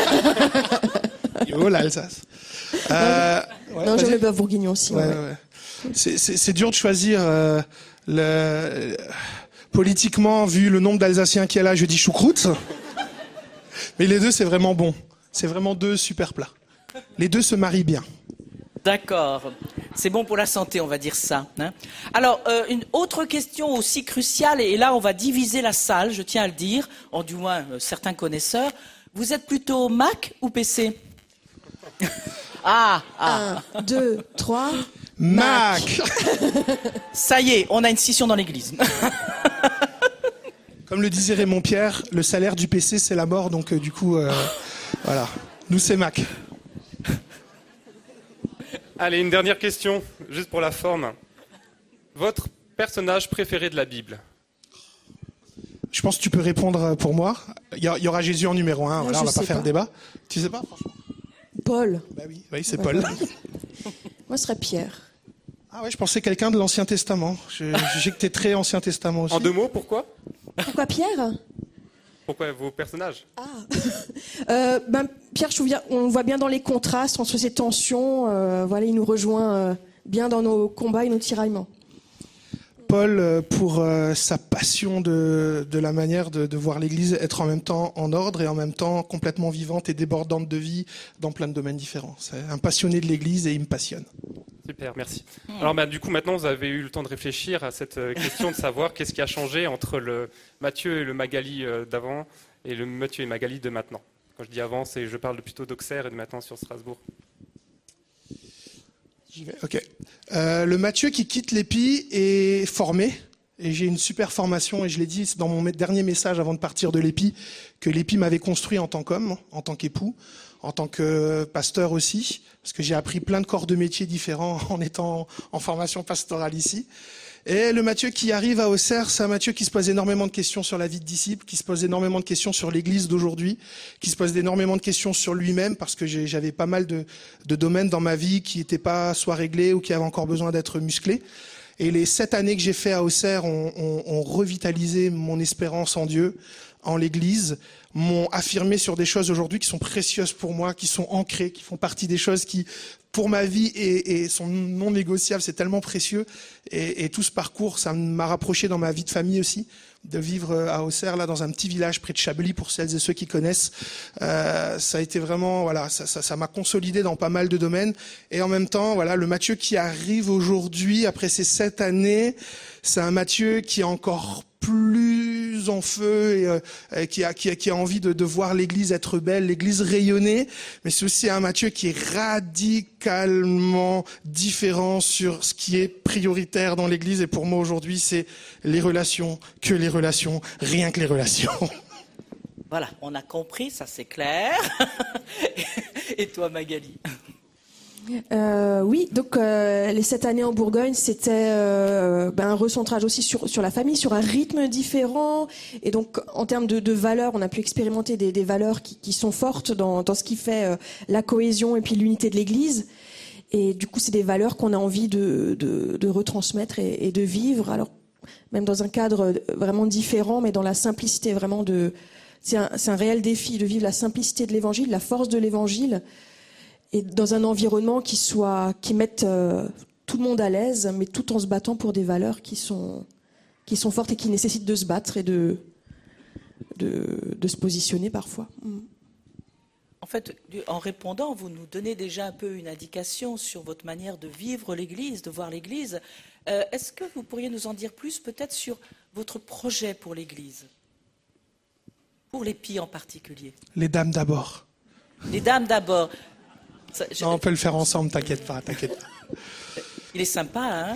Yo, l'Alsace. Euh, ouais, non, j'aime le bœuf bourguignon aussi. Ouais, ouais. Ouais. C'est, c'est, c'est dur de choisir euh, le, politiquement, vu le nombre d'Alsaciens qu'il y a là, je dis choucroute. Mais les deux, c'est vraiment bon. C'est vraiment deux super plats. Les deux se marient bien. D'accord. C'est bon pour la santé, on va dire ça. Hein. Alors, euh, une autre question aussi cruciale, et là, on va diviser la salle, je tiens à le dire, en du moins euh, certains connaisseurs. Vous êtes plutôt Mac ou P C ? Ah, ah. Un, deux, trois. Mac. Ça y est, on a une scission dans l'église. Comme le disait Raymond Pierre, le salaire du P C, c'est la mort. Donc, euh, du coup, euh, voilà. Nous, c'est Mac. Allez, une dernière question, juste pour la forme. Votre personnage préféré de la Bible? Je pense que tu peux répondre pour moi. Il y, a, il y aura Jésus en numéro un. Non, Voilà, on va pas faire pas. le débat. Tu sais pas, franchement? Paul. Bah oui, oui c'est Ouais, Paul. Paul. Moi, ce serait Pierre. Ah ouais, je pensais quelqu'un de l'Ancien Testament. Je, je sais que t'es très Ancien Testament aussi. En deux mots, pourquoi? Pourquoi Pierre? Pourquoi vos personnages? Ah. euh, ben, Pierre, je trouve bien, on voit bien dans les contrastes entre ces tensions. Euh, voilà, il nous rejoint euh, bien dans nos combats et nos tiraillements. Paul, euh, pour euh, sa passion de, de la manière de, de voir l'Église être en même temps en ordre et en même temps complètement vivante et débordante de vie dans plein de domaines différents. C'est un passionné de l'Église et il me passionne. Super, merci. Alors bah, du coup, maintenant, vous avez eu le temps de réfléchir à cette euh, question de savoir qu'est-ce qui a changé entre le Matthieu et le Magali euh, d'avant et le Matthieu et Magali de maintenant. Quand je dis avant, c'est je parle plutôt d'Auxerre et de maintenant sur Strasbourg. J'y vais. Ok. Euh, le Matthieu qui quitte l'Épi est formé. Et j'ai une super formation, et je l'ai dit dans mon dernier message avant de partir de l'Épi, que l'Épi m'avait construit en tant qu'homme, en tant qu'époux, en tant que pasteur aussi, parce que j'ai appris plein de corps de métiers différents en étant en formation pastorale ici. Et le Matthieu qui arrive à Auxerre, c'est un Matthieu qui se pose énormément de questions sur la vie de disciple, qui se pose énormément de questions sur l'Église d'aujourd'hui, qui se pose énormément de questions sur lui-même, parce que j'avais pas mal de, de domaines dans ma vie qui n'étaient pas soit réglés ou qui avaient encore besoin d'être musclés. Et les sept années que j'ai fait à Auxerre ont, ont, ont revitalisé mon espérance en Dieu, en l'Église, m'ont affirmé sur des choses aujourd'hui qui sont précieuses pour moi, qui sont ancrées, qui font partie des choses qui, pour ma vie, et, et sont non négociables. C'est tellement précieux. Et, et tout ce parcours, ça m'a rapproché dans ma vie de famille aussi, de vivre à Auxerre, là, dans un petit village près de Chablis, pour celles et ceux qui connaissent. Euh, ça a été vraiment, voilà, ça, ça, ça m'a consolidé dans pas mal de domaines. Et en même temps, voilà, le Matthieu qui arrive aujourd'hui, après ces sept années, c'est un Matthieu qui est encore plus en feu et euh, qui a qui a qui a envie de, de voir l'Église être belle, l'Église rayonner, mais c'est aussi un Matthieu qui est radicalement différent sur ce qui est prioritaire dans l'Église. Et pour moi aujourd'hui, c'est les relations, que les relations, rien que les relations. Voilà, on a compris, ça c'est clair. Et toi, Magali? Euh, oui, donc euh, les sept années en Bourgogne, c'était euh, ben, un recentrage aussi sur, sur la famille, sur un rythme différent. Et donc, en termes de, de valeurs, on a pu expérimenter des, des valeurs qui, qui sont fortes dans, dans ce qui fait euh, la cohésion et puis l'unité de l'Église. Et du coup, c'est des valeurs qu'on a envie de, de, de retransmettre et, et de vivre. Alors, même dans un cadre vraiment différent, mais dans la simplicité vraiment de... C'est un, c'est un réel défi de vivre la simplicité de l'Évangile, la force de l'Évangile, et dans un environnement qui soit, qui mette euh, tout le monde à l'aise, mais tout en se battant pour des valeurs qui sont, qui sont fortes et qui nécessitent de se battre et de, de, de se positionner parfois. Mm. En fait, en répondant, vous nous donnez déjà un peu une indication sur votre manière de vivre l'Église, de voir l'Église. Euh, est-ce que vous pourriez nous en dire plus, peut-être, sur votre projet pour l'Église, pour l'Épi en particulier? Les dames d'abord. Les dames d'abord. Ça, je... Non, on peut le faire ensemble, t'inquiète pas, t'inquiète pas. Il est sympa, hein.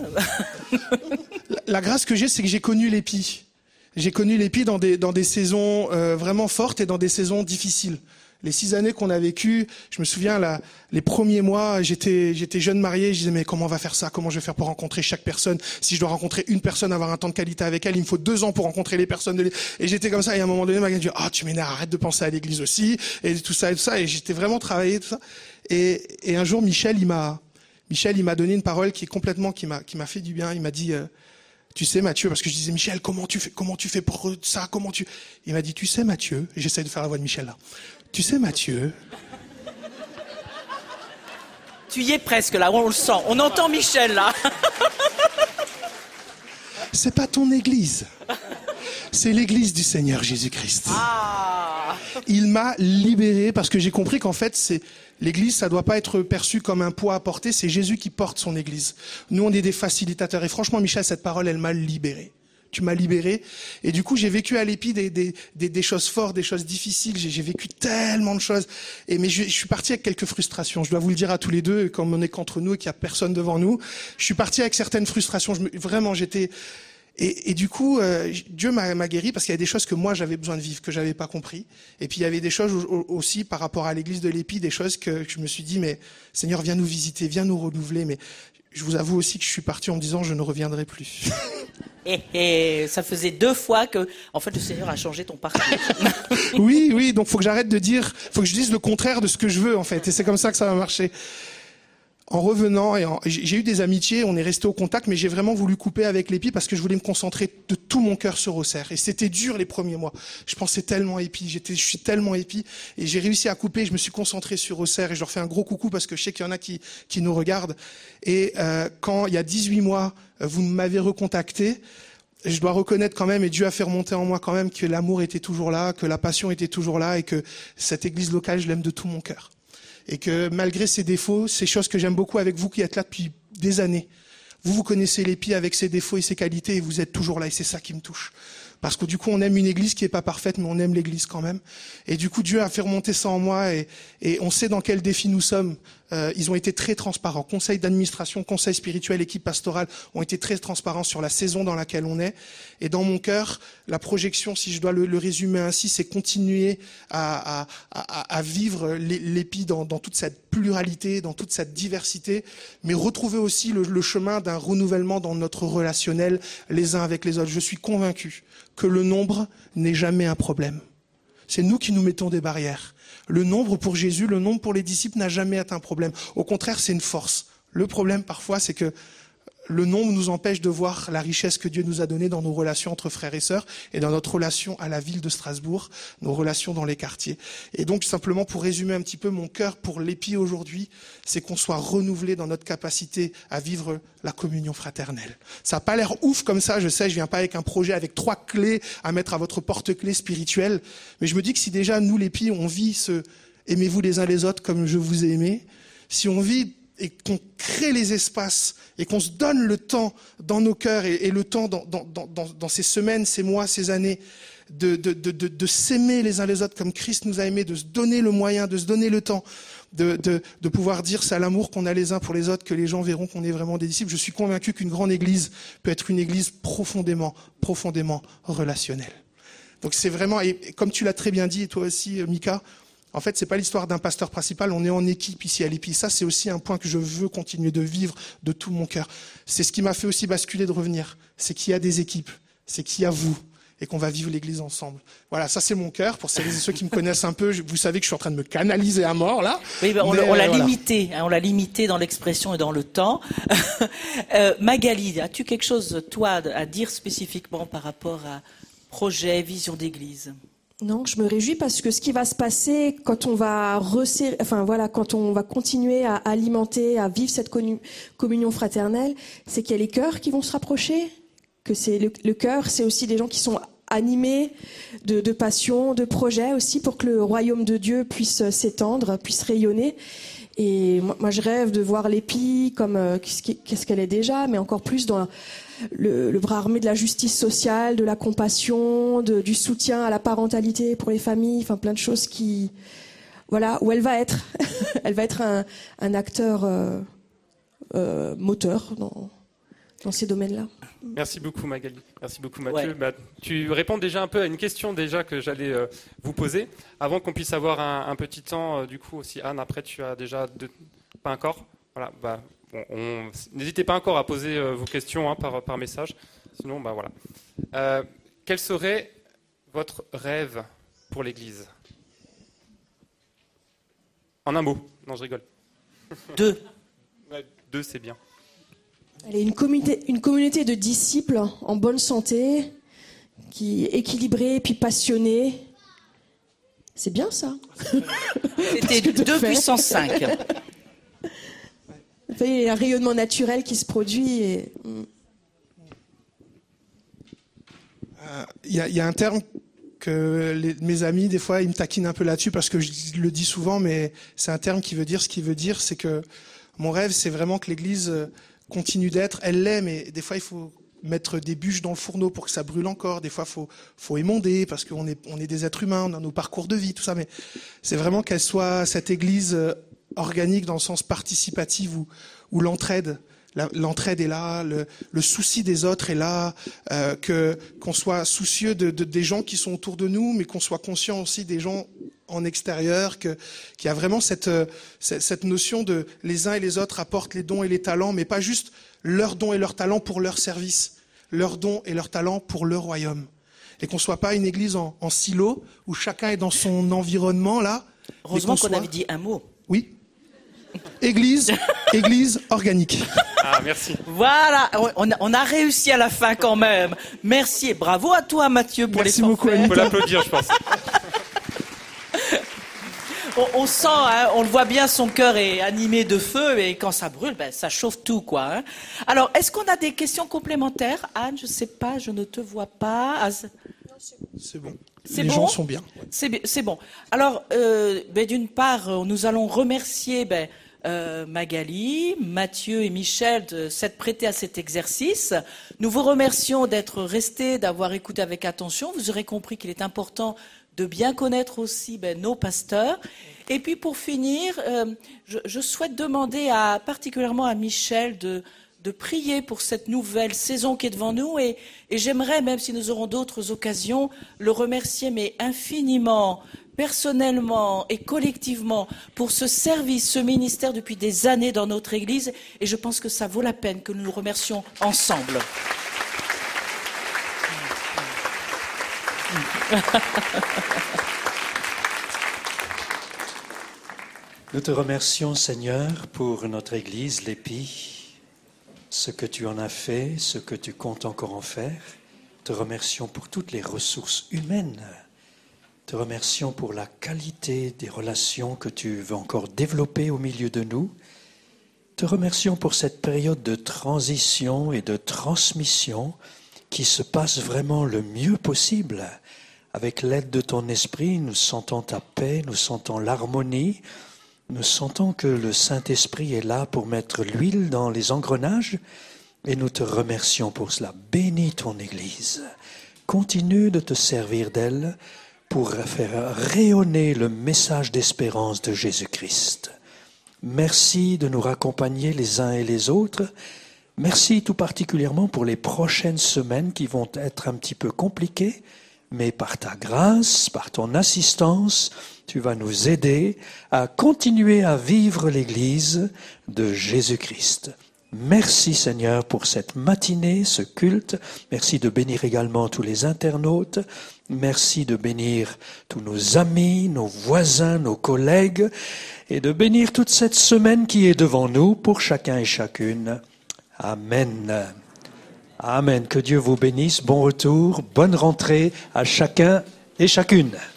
la, la grâce que j'ai, c'est que j'ai connu l'Épi. J'ai connu l'Épi dans des, dans des saisons euh, vraiment fortes et dans des saisons difficiles. Les six années qu'on a vécues, je me souviens, là, les premiers mois, j'étais, j'étais jeune marié, je disais, mais comment on va faire ça? Comment je vais faire pour rencontrer chaque personne? Si je dois rencontrer une personne, avoir un temps de qualité avec elle, il me faut deux ans pour rencontrer les personnes de l'église. Et j'étais comme ça, et à un moment donné, ma m'a dit, ah, oh, tu m'énerves, arrête de penser à l'église aussi, et tout ça, et tout ça, et j'étais vraiment travaillé, tout ça. Et, et un jour, Michel, il m'a, Michel, il m'a donné une parole qui est complètement, qui m'a, qui m'a fait du bien. Il m'a dit, euh, tu sais, Mathieu, parce que je disais, Michel, comment tu fais, comment tu fais pour ça? Comment tu, il m'a dit, tu sais, Mathieu, et j'essaie de faire la voix de Michel, là. Tu sais, Mathieu. Tu y es presque, là, on le sent. On entend Michel, là. C'est pas ton église. C'est l'église du Seigneur Jésus-Christ. Ah. Il m'a libéré parce que j'ai compris qu'en fait, c'est l'église, ça doit pas être perçu comme un poids à porter. C'est Jésus qui porte son église. Nous, on est des facilitateurs. Et franchement, Michel, cette parole, elle m'a libéré. tu m'as libéré. Et du coup, j'ai vécu à l'Épi des, des, des, des choses fortes, des choses difficiles. J'ai, j'ai vécu tellement de choses. Et mais je, je suis parti avec quelques frustrations. Je dois vous le dire à tous les deux, comme on est qu'entre nous et qu'il y a personne devant nous. Je suis parti avec certaines frustrations. Je me, vraiment, j'étais. Et, et du coup, euh, Dieu m'a, m'a guéri parce qu'il y a des choses que moi j'avais besoin de vivre, que j'avais pas compris. Et puis il y avait des choses aussi par rapport à l'église de l'Épi, des choses que je me suis dit, mais Seigneur, viens nous visiter, viens nous renouveler. Mais je vous avoue aussi que je suis parti en me disant, je ne reviendrai plus. Et, et ça faisait deux fois que, en fait, le Seigneur a changé ton parcours. Oui, oui. Donc faut que j'arrête de dire, faut que je dise le contraire de ce que je veux en fait. Et c'est comme ça que ça va marcher. En revenant, et en, j'ai eu des amitiés, on est resté au contact, mais j'ai vraiment voulu couper avec l'Épi parce que je voulais me concentrer de tout mon cœur sur Auxerre. Et c'était dur les premiers mois. Je pensais tellement Épi, j'étais, je suis tellement Épi, et j'ai réussi à couper. Je me suis concentré sur Auxerre et je leur fais un gros coucou parce que je sais qu'il y en a qui, qui nous regardent. Et euh, quand il y a dix-huit mois, vous m'avez recontacté. Je dois reconnaître quand même, et Dieu a fait remonter en moi quand même, que l'amour était toujours là, que la passion était toujours là, et que cette église locale, je l'aime de tout mon cœur. Et que malgré ses défauts, ces choses que j'aime beaucoup avec vous qui êtes là depuis des années, vous, vous connaissez l'Épi avec ses défauts et ses qualités, et vous êtes toujours là, et c'est ça qui me touche. Parce que du coup, on aime une église qui est pas parfaite, mais on aime l'église quand même. Et du coup, Dieu a fait remonter ça en moi, et, et on sait dans quel défi nous sommes. Euh, ils ont été très transparents. Conseil d'administration, conseil spirituel, équipe pastorale ont été très transparents sur la saison dans laquelle on est. Et dans mon cœur, la projection, si je dois le, le résumer ainsi, c'est continuer à, à, à, à vivre l'Épi dans, dans toute cette pluralité, dans toute cette diversité, mais retrouver aussi le, le chemin d'un renouvellement dans notre relationnel les uns avec les autres. Je suis convaincu que le nombre n'est jamais un problème. C'est nous qui nous mettons des barrières. Le nombre pour Jésus, le nombre pour les disciples n'a jamais été un problème. Au contraire, c'est une force. Le problème parfois, c'est que le nombre nous empêche de voir la richesse que Dieu nous a donnée dans nos relations entre frères et sœurs et dans notre relation à la ville de Strasbourg, nos relations dans les quartiers. Et donc, simplement pour résumer un petit peu, mon cœur pour l'Épi aujourd'hui, c'est qu'on soit renouvelé dans notre capacité à vivre la communion fraternelle. Ça n'a pas l'air ouf comme ça, je sais, je viens pas avec un projet avec trois clés à mettre à votre porte-clés spirituelle, mais je me dis que si déjà nous, l'Épi, on vit ce « aimez-vous les uns les autres comme je vous ai aimé », si on vit et qu'on crée les espaces et qu'on se donne le temps dans nos cœurs et, et le temps dans, dans, dans, dans ces semaines, ces mois, ces années de, de, de, de, de s'aimer les uns les autres comme Christ nous a aimés, de se donner le moyen, de se donner le temps, de, de, de pouvoir dire c'est à l'amour qu'on a les uns pour les autres que les gens verront qu'on est vraiment des disciples. Je suis convaincu qu'une grande église peut être une église profondément, profondément relationnelle. Donc c'est vraiment, et comme tu l'as très bien dit, et toi aussi Mika, en fait, c'est pas l'histoire d'un pasteur principal, on est en équipe ici à l'Épi. Ça, c'est aussi un point que je veux continuer de vivre de tout mon cœur. C'est ce qui m'a fait aussi basculer de revenir. C'est qu'il y a des équipes, c'est qu'il y a vous, et qu'on va vivre l'église ensemble. Voilà, ça c'est mon cœur. Pour celles et ceux qui me connaissent un peu, vous savez que je suis en train de me canaliser à mort, là. Oui, ben on, Mais, on l'a voilà. limité, hein, on l'a limité dans l'expression et dans le temps. euh, Magali, as-tu quelque chose, toi, à dire spécifiquement par rapport à projet, vision d'église ? Non, je me réjouis parce que ce qui va se passer quand on va resserrer, enfin voilà, quand on va continuer à alimenter, à vivre cette communion fraternelle, c'est qu'il y a les cœurs qui vont se rapprocher, que c'est le, le cœur, c'est aussi des gens qui sont animés de, de passion, de projet aussi pour que le royaume de Dieu puisse s'étendre, puisse rayonner. Et moi, moi je rêve de voir l'Épi comme euh, qu'est-ce qu'elle est déjà, mais encore plus dans le, le bras armé de la justice sociale, de la compassion, de, du soutien à la parentalité pour les familles, enfin plein de choses qui, voilà, où elle va être, elle va être un, un acteur euh, euh, moteur dans, dans ces domaines-là. Merci beaucoup Magali, merci beaucoup Mathieu. Ouais. Bah, tu réponds déjà un peu à une question déjà que j'allais euh, vous poser, avant qu'on puisse avoir un, un petit temps, euh, du coup aussi Anne, après tu as déjà deux... pas encore. Voilà, bah, bon, on... n'hésitez pas encore à poser euh, vos questions hein, par, par message, sinon bah voilà. Euh, quel serait votre rêve pour l'Église ? En un mot, non je rigole. Deux. Ouais, deux c'est bien. Elle est une communauté, une communauté de disciples en bonne santé, qui est équilibrée puis passionnée. C'est bien ça. C'était deux puissance cinq. Il y a un rayonnement naturel qui se produit. Et... Euh, y a, y a un terme que les, mes amis, des fois, ils me taquinent un peu là-dessus parce que je le dis souvent, mais c'est un terme qui veut dire ce qu'il veut dire. C'est que mon rêve, c'est vraiment que l'Église continue d'être. Elle l'est, mais des fois, il faut mettre des bûches dans le fourneau pour que ça brûle encore. Des fois, faut faut émonder parce qu'on est on est des êtres humains, on a nos parcours de vie, tout ça. Mais c'est vraiment qu'elle soit cette Église organique dans le sens participatif où où l'entraide La, l'entraide est là, le, le souci des autres est là, euh, que qu'on soit soucieux de, de, des gens qui sont autour de nous, mais qu'on soit conscient aussi des gens en extérieur, que qu'il y a vraiment cette, cette cette notion de les uns et les autres apportent les dons et les talents, mais pas juste leurs dons et leurs talents pour leur service, leurs dons et leurs talents pour le royaume, et qu'on soit pas une église en, en silo où chacun est dans son environnement là. Heureusement qu'on, qu'on soit... avait dit un mot. Oui. Église, église organique. Ah, merci. Voilà, on a, on a réussi à la fin quand même. Merci et bravo à toi Mathieu pour Merci les beaucoup, forfaits. On peut l'applaudir, je pense. on, on sent, hein, on le voit bien, son cœur est animé de feu et quand ça brûle, ben, ça chauffe tout, quoi. Hein. Alors, est-ce qu'on a des questions complémentaires? Anne, je sais pas, je ne te vois pas. Az... C'est bon. C'est Les bon gens sont bien. C'est, c'est bon. Alors, euh, ben, d'une part, nous allons remercier ben, euh, Magali, Mathieu et Michel de s'être prêtés à cet exercice. Nous vous remercions d'être restés, d'avoir écouté avec attention. Vous aurez compris qu'il est important de bien connaître aussi ben, nos pasteurs. Et puis, pour finir, euh, je, je souhaite demander à, particulièrement à Michel de... de prier pour cette nouvelle saison qui est devant nous et, et j'aimerais, même si nous aurons d'autres occasions, le remercier, mais infiniment, personnellement et collectivement pour ce service, ce ministère depuis des années dans notre Église et je pense que ça vaut la peine que nous nous remercions ensemble. Nous te remercions, Seigneur, pour notre Église, l'Épi. Ce que tu en as fait, ce que tu comptes encore en faire. Te remercions pour toutes les ressources humaines. Te remercions pour la qualité des relations que tu veux encore développer au milieu de nous. Te remercions pour cette période de transition et de transmission qui se passe vraiment le mieux possible. Avec l'aide de ton esprit, nous sentons ta paix, nous sentons l'harmonie. Nous sentons que le Saint-Esprit est là pour mettre l'huile dans les engrenages et nous te remercions pour cela. Bénis ton Église. Continue de te servir d'elle pour faire rayonner le message d'espérance de Jésus-Christ. Merci de nous raccompagner les uns et les autres. Merci tout particulièrement pour les prochaines semaines qui vont être un petit peu compliquées, mais par ta grâce, par ton assistance, tu vas nous aider à continuer à vivre l'Église de Jésus-Christ. Merci Seigneur pour cette matinée, ce culte. Merci de bénir également tous les internautes. Merci de bénir tous nos amis, nos voisins, nos collègues et de bénir toute cette semaine qui est devant nous pour chacun et chacune. Amen. Amen. Que Dieu vous bénisse. Bon retour, bonne rentrée à chacun et chacune.